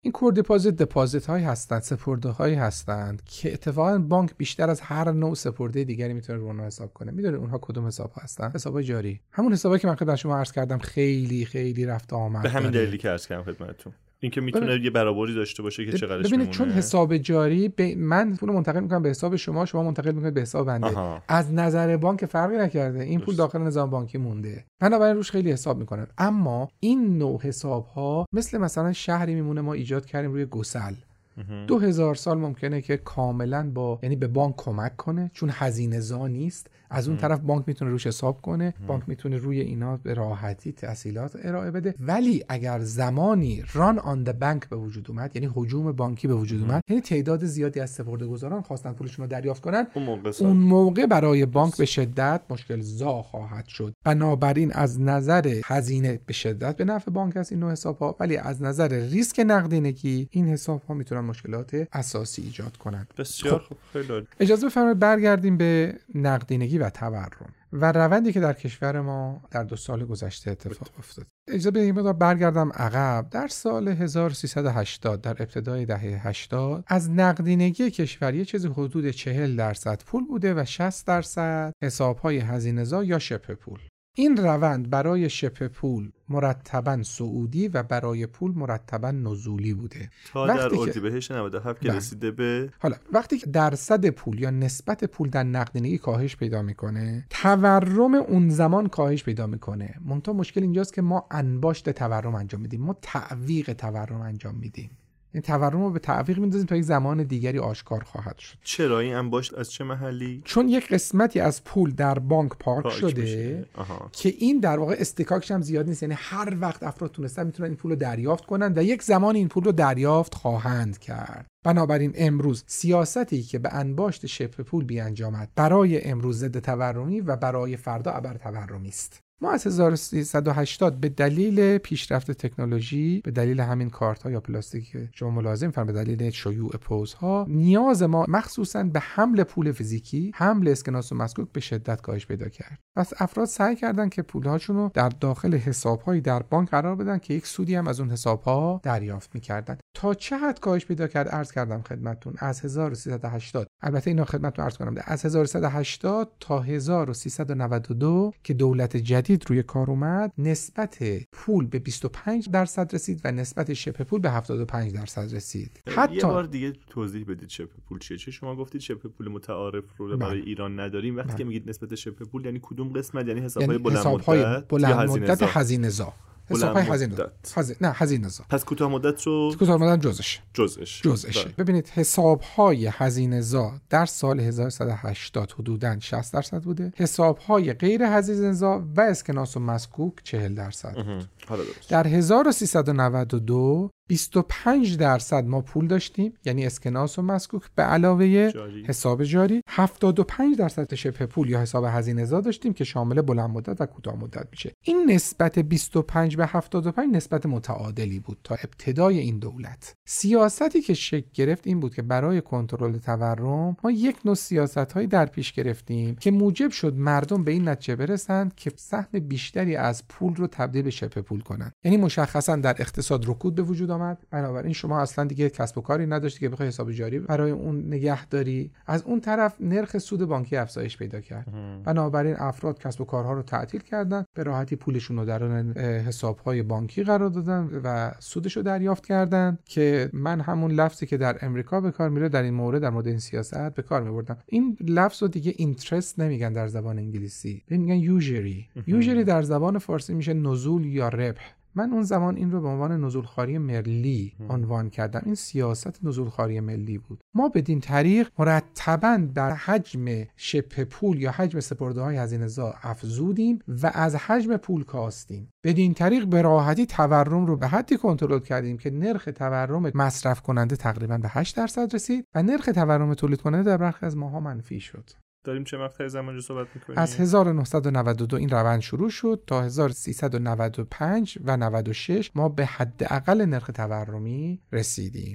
این کور دپازیت دپازیت هایی هستند، سپرده هایی هستند که اتفاقا بانک بیشتر از هر نوع سپرده دیگری میتونه رو اونها حساب کنه. میدونید اونها کدوم حساب ها هستن؟ حساب جاری، همون حسابی که من خدمت شما عرض کردم خیلی خیلی رفت آمد. به همین دلیلی که عرض کردم خدمتتون، اینکه میتونه یه برآوردی داشته باشه که چقدرش میمونه. ببینید چون حساب جاری ب... من پول منتقل میکنم به حساب شما، شما منتقل میکنید به حساب بنده. آها. از نظر بانک فرقی نکرده، این پول داخل نظام بانکی مونده، بنابراین روش خیلی حساب میکنن. اما این نوع حساب ها مثل مثلا شهری میمونه ما ایجاد کردیم روی گسل، دو هزار سال ممکنه که کاملا با یعنی به بانک کمک کنه چون هزینه زا نیست، از اون طرف بانک میتونه روش حساب کنه، بانک میتونه روی اینا به راحتی تسهیلات ارائه بده. ولی اگر زمانی ران آن د بانک به وجود اومد، یعنی هجوم بانکی به وجود اومد، یعنی تعداد زیادی از سپرده‌گذاران خواستن پولشون رو دریافت کنن، اون موقع, اون موقع برای بانک به شدت مشکل زا خواهد شد. بنابراین از نظر هزینه به شدت به نفع بانک است این نوع حساب‌ها، ولی از نظر ریسک نقدینگی این حساب‌ها میتونن مشکلات اساسی ایجاد کنند. بسیار خوب، خیلی اجازه بفرمایید برگردیم به نقدینگی و تورم و روندی که در کشور ما در دو سال گذشته اتفاق افتاد. اجازه بدید مقدار برگردم عقب. در سال هزار و سیصد و هشتاد، در ابتدای دهه هشتاد، از نقدینگی کشور یه چیزی حدود چهل درصد پول بوده و شصت درصد حساب‌های هزینه‌زا یا شبه پول. این روند برای شبه پول مرتباً صعودی و برای پول مرتباً نزولی بوده تا در اردیبهشت نود و هفت که رسیده به حالا وقتی که درصد پول یا نسبت پول در نقدینگی کاهش پیدا میکنه، تورم اون زمان کاهش پیدا میکنه. منتها مشکل اینجاست که ما انباشت تورم انجام میدیم، ما تعویق تورم انجام میدیم. این تورم رو به تعویق میندازیم تا یک زمان دیگری آشکار خواهد شد. چرا این انباشت از چه محلی؟ چون یک قسمتی از پول در بانک پارک شده که این در واقع استکاکش هم زیاد نیست، یعنی هر وقت افراد تونستن میتونن این پول رو دریافت کنن و یک زمان این پول رو دریافت خواهند کرد. بنابراین امروز سیاستی که به انباشت شبه پول بیانجامد برای امروز ضد تورمی و برای فردا ابر تورمی است. ما از هزار و سیصد و هشتاد به دلیل پیشرفت تکنولوژی، به دلیل همین کارت ها یا پلاستیکی که شما ملاحظه می‌فرمایید، به دلیل شیوع پوزها، نیاز ما مخصوصاً به حمل پول فیزیکی، حمل اسکناس و مسکوک به شدت کاهش پیدا کرد. پس افراد سعی کردن که پولهاشون رو در داخل حساب‌هایی در بانک قرار بدن که یک سودی هم از اون حساب‌ها دریافت می‌کردن. تا چه حد کاهش پیدا کرد عرض کردم خدمتتون. از هزار و سیصد و هشتاد، البته اینا خدمتتون عرض کنم، از هزار و سیصد و هشتاد تا هزار و سیصد و نود و دو که دولت جدید روی کار اومد، نسبت پول به بیست و پنج درصد رسید و نسبت شبه پول به هفتاد و پنج درصد رسید. حتی یه بار دیگه توضیح بدید شبه پول چیه؟ چه شما گفتید شبه پول متعارف رو برای من. ایران نداریم. وقتی من. که میگید نسبت شبه پول یعنی کدوم قسمت؟ یعنی حساب‌های یعنی بلند حساب‌های مدت بلند مدت هزینه‌زا. حساب های هزینه هزینه نه هزینه زا. پس کوتاه مدت رو کوتاه مدت جزش جزش جزش ببینید حساب های هزینه زا در سال هزار و سیصد و هشتاد حدوداً شصت درصد بوده، حساب های غیر هزینه زا و اسکناس و مسکوک چهل درصد بود. در هزار و سیصد و نود و دو بیست و پنج درصد ما پول داشتیم، یعنی اسکناس و مسکوک به علاوه جاری. حساب جاری. هفتاد و پنج درصد شبه پول یا حساب هزینه زا داشتیم که شامل بلند مدت و کوتاه مدت میشه. این نسبت بیست و پنج به هفتاد و پنج نسبت متعادلی بود تا ابتدای این دولت. سیاستی که شکل گرفت این بود که برای کنترل تورم ما یک نوع سیاست‌هایی در پیش گرفتیم که موجب شد مردم به این نتیجه برسند که سهم بیشتری از پول رو تبدیل به شبه پول کنن. یعنی مشخصا در اقتصاد رکود به وجود آمد. بنابراین شما اصلا دیگه کسب و کاری نداشتی که بخوای حساب جاری برای اون نگهداری. از اون طرف نرخ سود بانکی افزایش پیدا کرد. بنابراین افراد کسب و کارها رو تعطیل کردن، به راحتی پولشون رو در حساب‌های بانکی قرار دادن و سودش رو دریافت کردن که من همون لفظی که در امریکا به کار میره در این مورد، در مورد این سیاست به کار میبردم. این لفظ رو دیگه اینترست نمیگن در زبان انگلیسی، میگن یوژری. یوژری در زبان فارسی میشه نزول یا ربح. من اون زمان این رو به عنوان نزولخواری ملی عنوان کردم. این سیاست نزولخواری ملی بود. ما بدین طریق مرتباً در حجم شبه پول یا حجم سپرده‌های هزینه‌زا افزودیم و از حجم پول کاستیم. بدین طریق به راحتی تورم رو به حدی کنترل کردیم که نرخ تورم مصرف کننده تقریباً به هشت درصد رسید و نرخ تورم تولید کننده در برخی از ماها منفی شد. داریم چه مقطع زمانی رو صحبت می‌کنیم؟ از هزار و نهصد و نود و دو این روند شروع شد تا هزار و سیصد و نود و پنج و نود و شش ما به حداقل نرخ تورمی رسیدیم.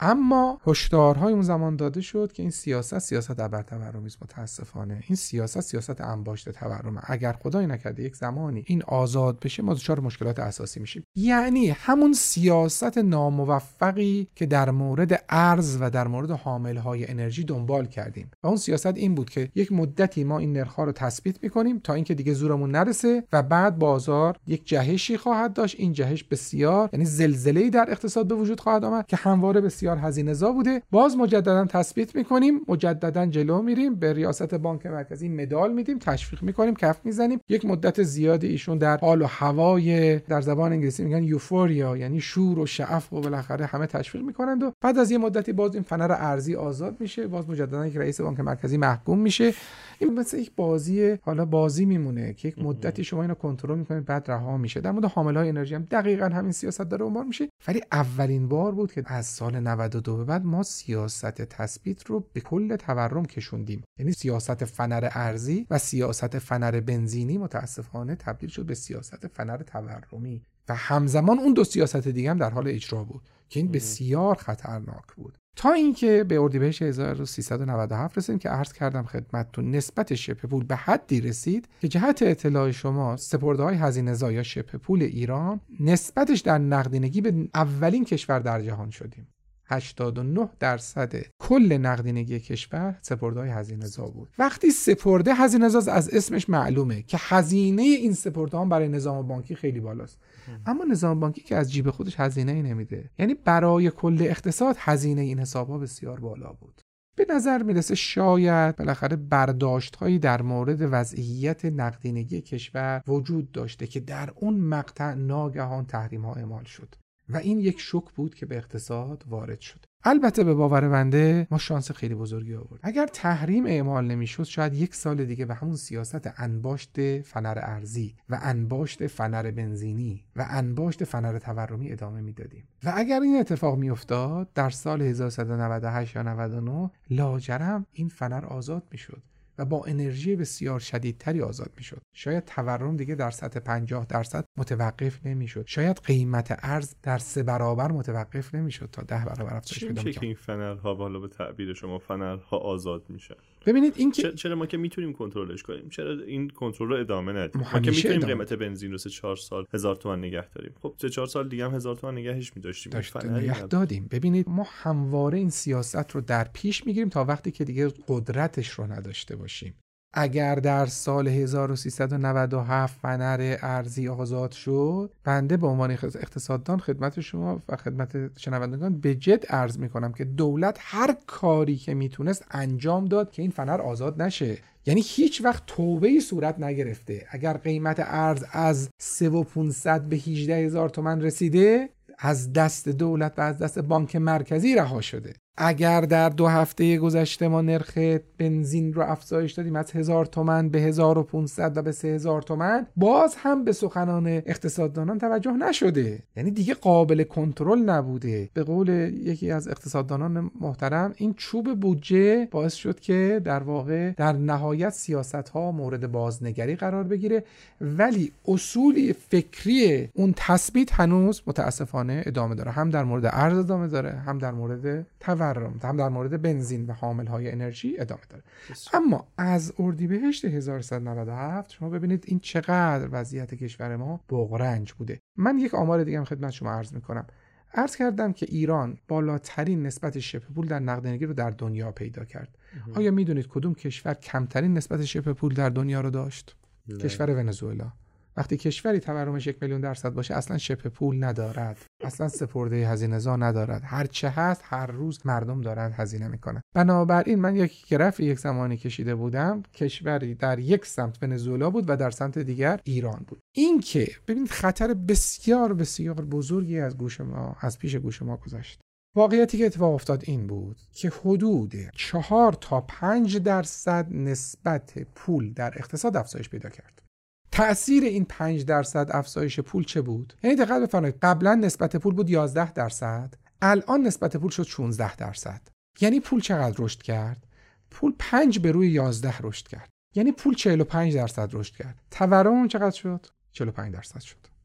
اما هشدارهای اون زمان داده شد که این سیاست سیاست ابر تورمی است. متاسفانه این سیاست سیاست انباشت تورمه. اگر خدای نکرده یک زمانی این آزاد بشه ما دچار مشکلات اساسی میشیم. یعنی همون سیاست ناموفقی که در مورد ارز و در مورد حاملهای انرژی دنبال کردیم و اون سیاست این بود که یک مدتی ما این نرخ‌ها رو تثبیت می‌کنیم تا اینکه دیگه زورمون نرسه و بعد بازار یک جهشی خواهد داشت. این جهش بسیار یعنی زلزله‌ای در اقتصاد به وجود خواهد آمد که همواره بسیار هزینه‌زا بوده. باز مجددا تثبیت می‌کنیم، مجددا جلو میریم، به ریاست بانک مرکزی مدال میدیم، تشویق می‌کنیم، کف می‌زنیم. یک مدت زیادی ایشون در حال و هوای در زبان انگلیسی میگن یوفوریا، یعنی شور و شعف و بالاخره همه تشویق می‌کنند و بعد از یه مدتی باز این فنر ارزی آزاد میشه، باز مجددا یک رئیس بانک مرکزی محکوم میشه. این مثل یک بازی حالا بازی میمونه که یک مدتی شما اینو کنترل میکنید بعد رها میشه. در مورد حاملهای انرژی هم دقیقاً همین سیاست داره اونوار میشه. ولی اولین بار بود که از سال نود و دو به بعد ما سیاست تثبیت رو به کل تورم کشوندیم. یعنی سیاست فنر ارزی و سیاست فنر بنزینی متاسفانه تبدیل شد به سیاست فنر تورمی و همزمان اون دو سیاست دیگه هم در حال اجرا بود که این بسیار خطرناک بود. تا اینکه به اردیبهشت هزار و سیصد و نود و هفت رسیدیم که عرض کردم خدمتتون نسبت شبه پول به حدی رسید که جهت اطلاع شما سپرده‌های هزینه‌زا یا شبه پول ایران نسبتش در نقدینگی به اولین کشور در جهان شدیم. هشتاد و نه درصد کل نقدینگی کشور سپرده‌های هزینه‌زا بود. وقتی سپرده هزینه‌زا از اسمش معلومه که هزینه این سپرده‌ها برای نظام بانکی خیلی بالاست. اما نظام بانکی که از جیب خودش هزینه‌ای نمیده. یعنی برای کل اقتصاد هزینه این حساب‌ها بسیار بالا بود. به نظر میرسه شاید بالاخره برداشت‌هایی در مورد وضعیت نقدینگی کشور وجود داشته که در اون مقطع ناگهان تحریم‌ها اعمال شد و این یک شوک بود که به اقتصاد وارد شد. البته به باور بنده ما شانس خیلی بزرگی آورد. اگر تحریم اعمال نمیشد شاید یک سال دیگه به همون سیاست انباشت فنر ارزی و انباشت فنر بنزینی و انباشت فنر تورمی ادامه میدادیم و اگر این اتفاق میافتاد در سال هزار و سیصد و نود و هشت یا نود و نه لاجرم این فنر آزاد میشد و با انرژی بسیار شدیدتری آزاد میشد. شاید تورم دیگه در سطح پنجاه درصد متوقف نمیشد. شاید قیمت ارز در سه برابر متوقف نمیشد تا ده برابر افزایش پیدا می‌کرد. چه این فنرها بالا به تعبیر شما فنرها آزاد میشن؟ ببینید این که چرا ما که میتونیم کنترلش کنیم چرا این کنترل رو ادامه ندیم؟ ما که میتونیم قیمت بنزین رو سه چهار سال هزار تومان نگه داریم. خب سه چهار سال دیگه هم هزار تومان نگهش می‌داشتیم. نگه دادیم. ببینید ما همواره این سیاست رو در پیش میگیریم تا وقتی که دیگه قدرتش رو نداشته باشیم. اگر در سال هزار و سیصد و نود و هفت فنر ارزی آزاد شد، بنده به عنوان اقتصاددان خدمت شما و خدمت شنوندگان به جد عرض میکنم که دولت هر کاری که میتونست انجام داد که این فنر آزاد نشه. یعنی هیچ وقت توبه‌ای صورت نگرفته. اگر قیمت ارز از سه و پانصد به هجده هزار تومان رسیده، از دست دولت و از دست بانک مرکزی رها شده. اگر در دو هفته گذشته ما نرخ بنزین رو افزایش دادیم از هزار تومان به هزار و پانصد و به سه هزار تومان، باز هم به سخنان اقتصاددانان توجه نشده. یعنی دیگه قابل کنترل نبوده. به قول یکی از اقتصاددانان محترم، این چوب بودجه باعث شد که در واقع در نهایت سیاست‌ها مورد بازنگری قرار بگیره، ولی اصولی فکری اون تثبیت هنوز متاسفانه ادامه داره. هم در مورد ارز ادامه داره، هم در مورد تورم، هم در مورد بنزین و حاملهای انرژی ادامه داره. اما از اردیبهشت هزار و سیصد و نود و هفت شما ببینید این چقدر وضعیت کشور ما بغرنج بوده. من یک آمار دیگه هم خدمت شما عرض میکنم. عرض کردم که ایران بالاترین نسبت شبه پول در نقدینگی رو در دنیا پیدا کرد. آیا میدونید کدوم کشور کمترین نسبت شبه پول در دنیا رو داشت؟ نه. کشور ونزوئلا. وقتی کشوری تورمش یک میلیون درصد باشه اصلا شبه پول ندارد، اصلا سپرده هزینه‌زا ندارد، هر چه هست هر روز مردم دارن هزینه میکنن. بنابراین من یک گراف یک زمانی کشیده بودم، کشوری در یک سمت ونزوئلا بود و در سمت دیگر ایران بود. این که ببینید خطر بسیار بسیار بزرگی از گوش ما از پیش گوش ما گذشت. واقعیتی که اتفاق افتاد این بود که حدود چهار تا پنج درصد نسبت پول در اقتصاد افزایش پیدا کرد. تأثیر این پنج درصد افزایش پول چه بود؟ یعنی دقت بفرمایید، قبلا نسبت پول بود یازده درصد، الان نسبت پول شد شانزده درصد. یعنی پول چقدر رشد کرد؟ پول پنج به روی یازده رشد کرد. یعنی پول چهل و پنج درصد رشد کرد. تورم چقدر شد؟ چهل و پنج درصد شد.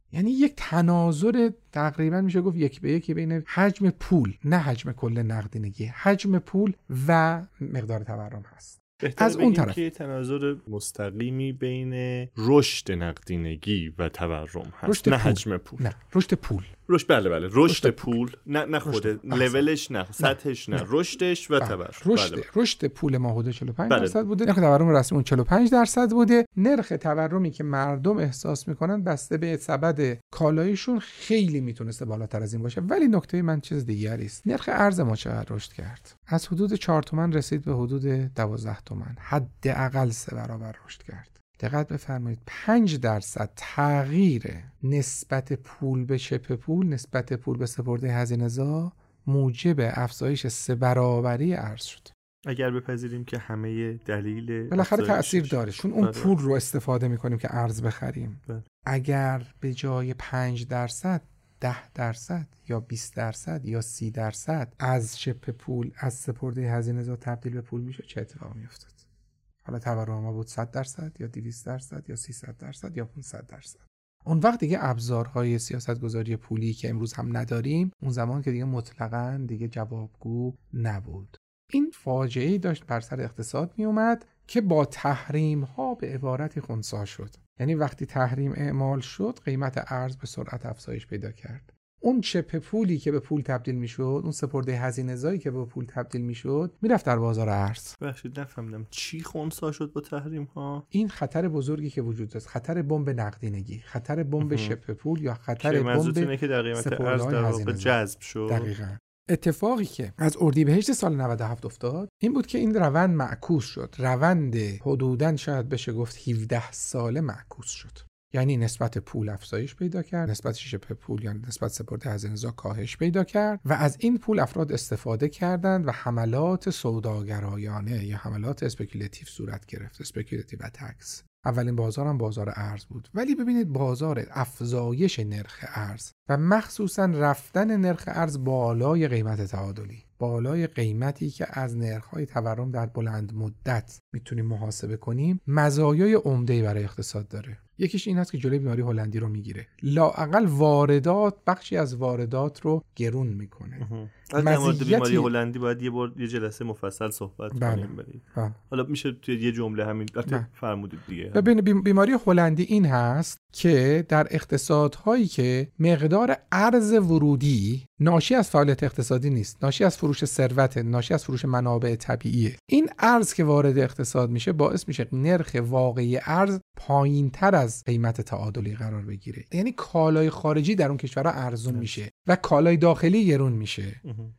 یعنی یک تناظر تقریبا میشه گفت یک به یکی بین حجم پول، نه حجم کل نقدینگی، حجم پول و مقدار تورم هست. از اون طرف که تناظر مستقیمی بین رشد نقدینگی و تورم هست، نه حجم پول. نه رشد پول. رشد بله بله رشد پول، نه نه خود لولش، نه سطحش، نه رشدش و تورم. رشد بله. رشد پول ما حدود چهل و پنج درصد بوده، نرخ تورم رسمی اون چهل و پنج درصد بوده. نرخ تورمی که مردم احساس میکنن بسته به سبد کالایشون خیلی میتونسته بالاتر از این باشه. ولی نکته من چیز دیگری است. نرخ ارز ما چقدر رشد کرد؟ از حدود چهار تومن رسید به حدود دوازده تومن، حداقل سه برابر رشد کرد. دقت بفرمایید پنج درصد تغییر نسبت پول به شبه پول، نسبت پول به سپرده هزینه‌زا موجب افزایش سه برابری ارز شد. اگر بپذیریم که همه دلیل بالاخره تأثیر داره، چون اون پول رو استفاده می‌کنیم که ارز بخریم. بله. اگر به جای پنج درصد ده درصد یا بیست درصد یا سی درصد از شبه پول از سپرده هزینه‌زا تبدیل به پول میشه، چه اتفاقی میافتاد؟ حالا تورم ما بود صد درصد یا دویست درصد یا سیصد درصد یا پانصد درصد. اون وقت دیگه ابزارهای سیاستگذاری پولی که امروز هم نداریم، اون زمان که دیگه مطلقاً دیگه جوابگو نبود. این فاجعه‌ای داشت بر سر اقتصاد می اومد که با تحریم ها به عبارتی خنثی شد. یعنی وقتی تحریم اعمال شد، قیمت ارز به سرعت افزایش پیدا کرد. اون چپ پولی که به پول تبدیل میشد، اون سپرده هزینه‌زایی که به پول تبدیل میشد، میرفت در بازار ارز. بخشید نفهمیدم چی خنثی شد با تحریم ها؟ این خطر بزرگی که وجود داشت، خطر بمب نقدینگی، خطر بمب شپ پول یا خطر بمب که در قیمت ارز در واقع جذب شد. دقیقاً. اتفاقی که از اردیبهشت سال نود و هفت افتاد این بود که این روند معکوس شد. روند حدوداً شاید بشه گفت هفده ساله معکوس شد. یعنی نسبت پول افزایش پیدا کرد، نسبت شبه پول یعنی نسبت سپرده هزینه‌زا کاهش پیدا کرد و از این پول افراد استفاده کردند و حملات سوداگرایانه یا حملات اسپکولاتیو صورت گرفت. اسپکولاتیو اتکس. اولین بازار هم بازار ارز بود. ولی ببینید بازار افزایش نرخ ارز و مخصوصاً رفتن نرخ ارز بالای قیمت تعادلی، بالای قیمتی که از نرخ‌های تورم در بلند مدت میتونیم محاسبه کنیم، مزایای عمده‌ای برای اقتصاد داره. یکیش این هست که جلوی بیماری هلندی رو میگیره. لااقل واردات، بخشی از واردات رو گرون میکنه. از مورد بیماری هلندی باید یه بار یه جلسه مفصل صحبت بله. کنیم. بله. حالا میشه توی یه جمله همین البته فرمودید دیگه. ببین بیماری هلندی این هست که در اقتصادهایی که مقدار ارز ورودی ناشی از فعالیت اقتصادی نیست، ناشی از فروش ثروت، ناشی از فروش منابع طبیعیه، این ارز که وارد اقتصاد میشه باعث میشه نرخ واقعی ارز پایین‌تر از قیمت تعادلی قرار بگیره. یعنی کالای خارجی در اون کشورها ارزون میشه و کالای داخلی گرون میشه.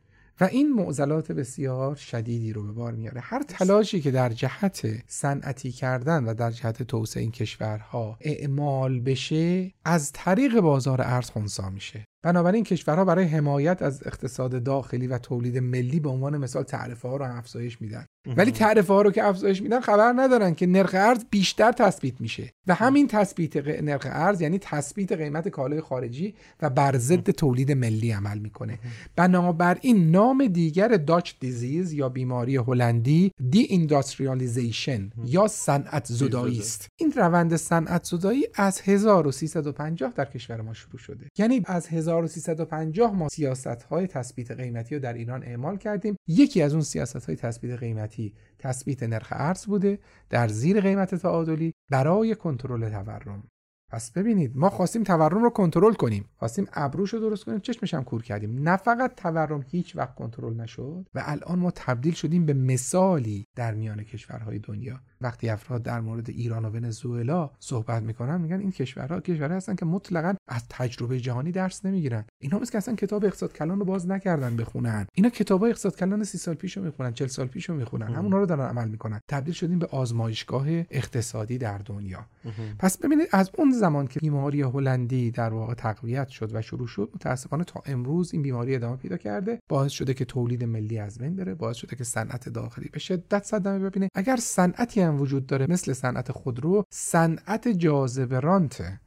و این معضلات بسیار شدیدی رو به بار میاره. هر تلاشی که در جهت صنعتی کردن و در جهت توسعه این کشورها اعمال بشه از طریق بازار ارز خنثی میشه. بنابراین کشورها برای حمایت از اقتصاد داخلی و تولید ملی به عنوان مثال تعرفه ها رو افزایش میدن، ولی تعرفه ها رو که افزایش میدن خبر ندارن که نرخ ارز بیشتر تثبیت میشه و همین تثبیت نرخ ارز یعنی تثبیت قیمت کالای خارجی و بر ضد تولید ملی عمل میکنه. بنابراین نام دیگر داچ دیزیز یا بیماری هلندی دی اینداستریالیزیشن یا صنعت زدایی است. این روند صنعت زدایی از هزار و سیصد و پنجاه در کشور ما شروع شده. یعنی از هزار و سیصد و پنجاه ما سیاست‌های تثبیت قیمتی رو در ایران اعمال کردیم. یکی از اون سیاست‌های تثبیت قیمتی تثبیت نرخ ارز بوده در زیر قیمت تعادلی برای کنترل تورم. پس ببینید ما خواستیم تورم رو کنترل کنیم، خواستیم ابروش رو درست کنیم، چشمش هم کور کردیم. نه فقط تورم هیچ وقت کنترل نشد و الان ما تبدیل شدیم به مثالی در میان کشورهای دنیا. وقتی افراد در مورد ایران و ونزوئلا صحبت میکنن میگن این کشورها کشورهایی هستن که مطلقاً از تجربه جهانی درس نمیگیرن. اینا مثل که اصلا کتاب اقتصاد کلان رو باز نکردن بخونن. اینا کتابای اقتصاد کلان سی سال پیشو میخونن، چهل سال پیشو میخونن، همونا رو دارن عمل میکنن. تبدیل شدیم به آزمایشگاه اقتصادی در دنیا. پس ببینید از اون زمان که بیماری هلندی در واقع تقویت شد و شروع شد، متاسفانه تا امروز این بیماری ادامه پیدا کرده، باعث شده که تولید ملی از بین بره، باعث شده که صنعت داخلی به شدت صدمه ببینه. اگر صنعتی هم وجود داره مثل صنعت خودرو، صنعت جاذبه رانته،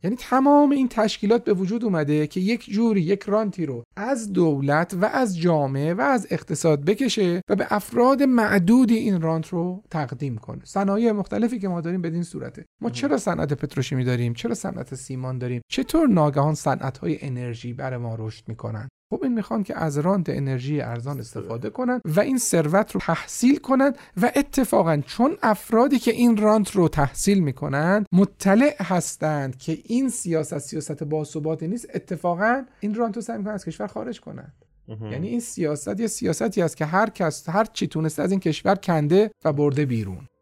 یعنی تمام این تشکیلات به وجود اومده که یک جوری یک رانتی رو از دولت و از جامعه و از اقتصاد بکشه و به افراد معدودی این رانت رو تقدیم کنه. صنایع مختلفی که ما داریم بدین صورته. ما چرا صنعت پتروشیمی داریم؟ چرا صنعت سیمان داریم؟ چطور ناگهان صنعت‌های انرژی برای ما رشد میکنن؟ خب این میخوان که از رانت انرژی ارزان استفاده کنن و این ثروت رو تحصیل کنن و اتفاقا چون افرادی که این رانت رو تحصیل میکنن مطلع هستند که این سیاست سیاست باثباتی نیست، اتفاقا این رانت رو سعی میکنن از کشور خارج کنن. یعنی این سیاست یه سیاستی است که هر کس هر چی تونسته از این کشور کنده و برده بیرون.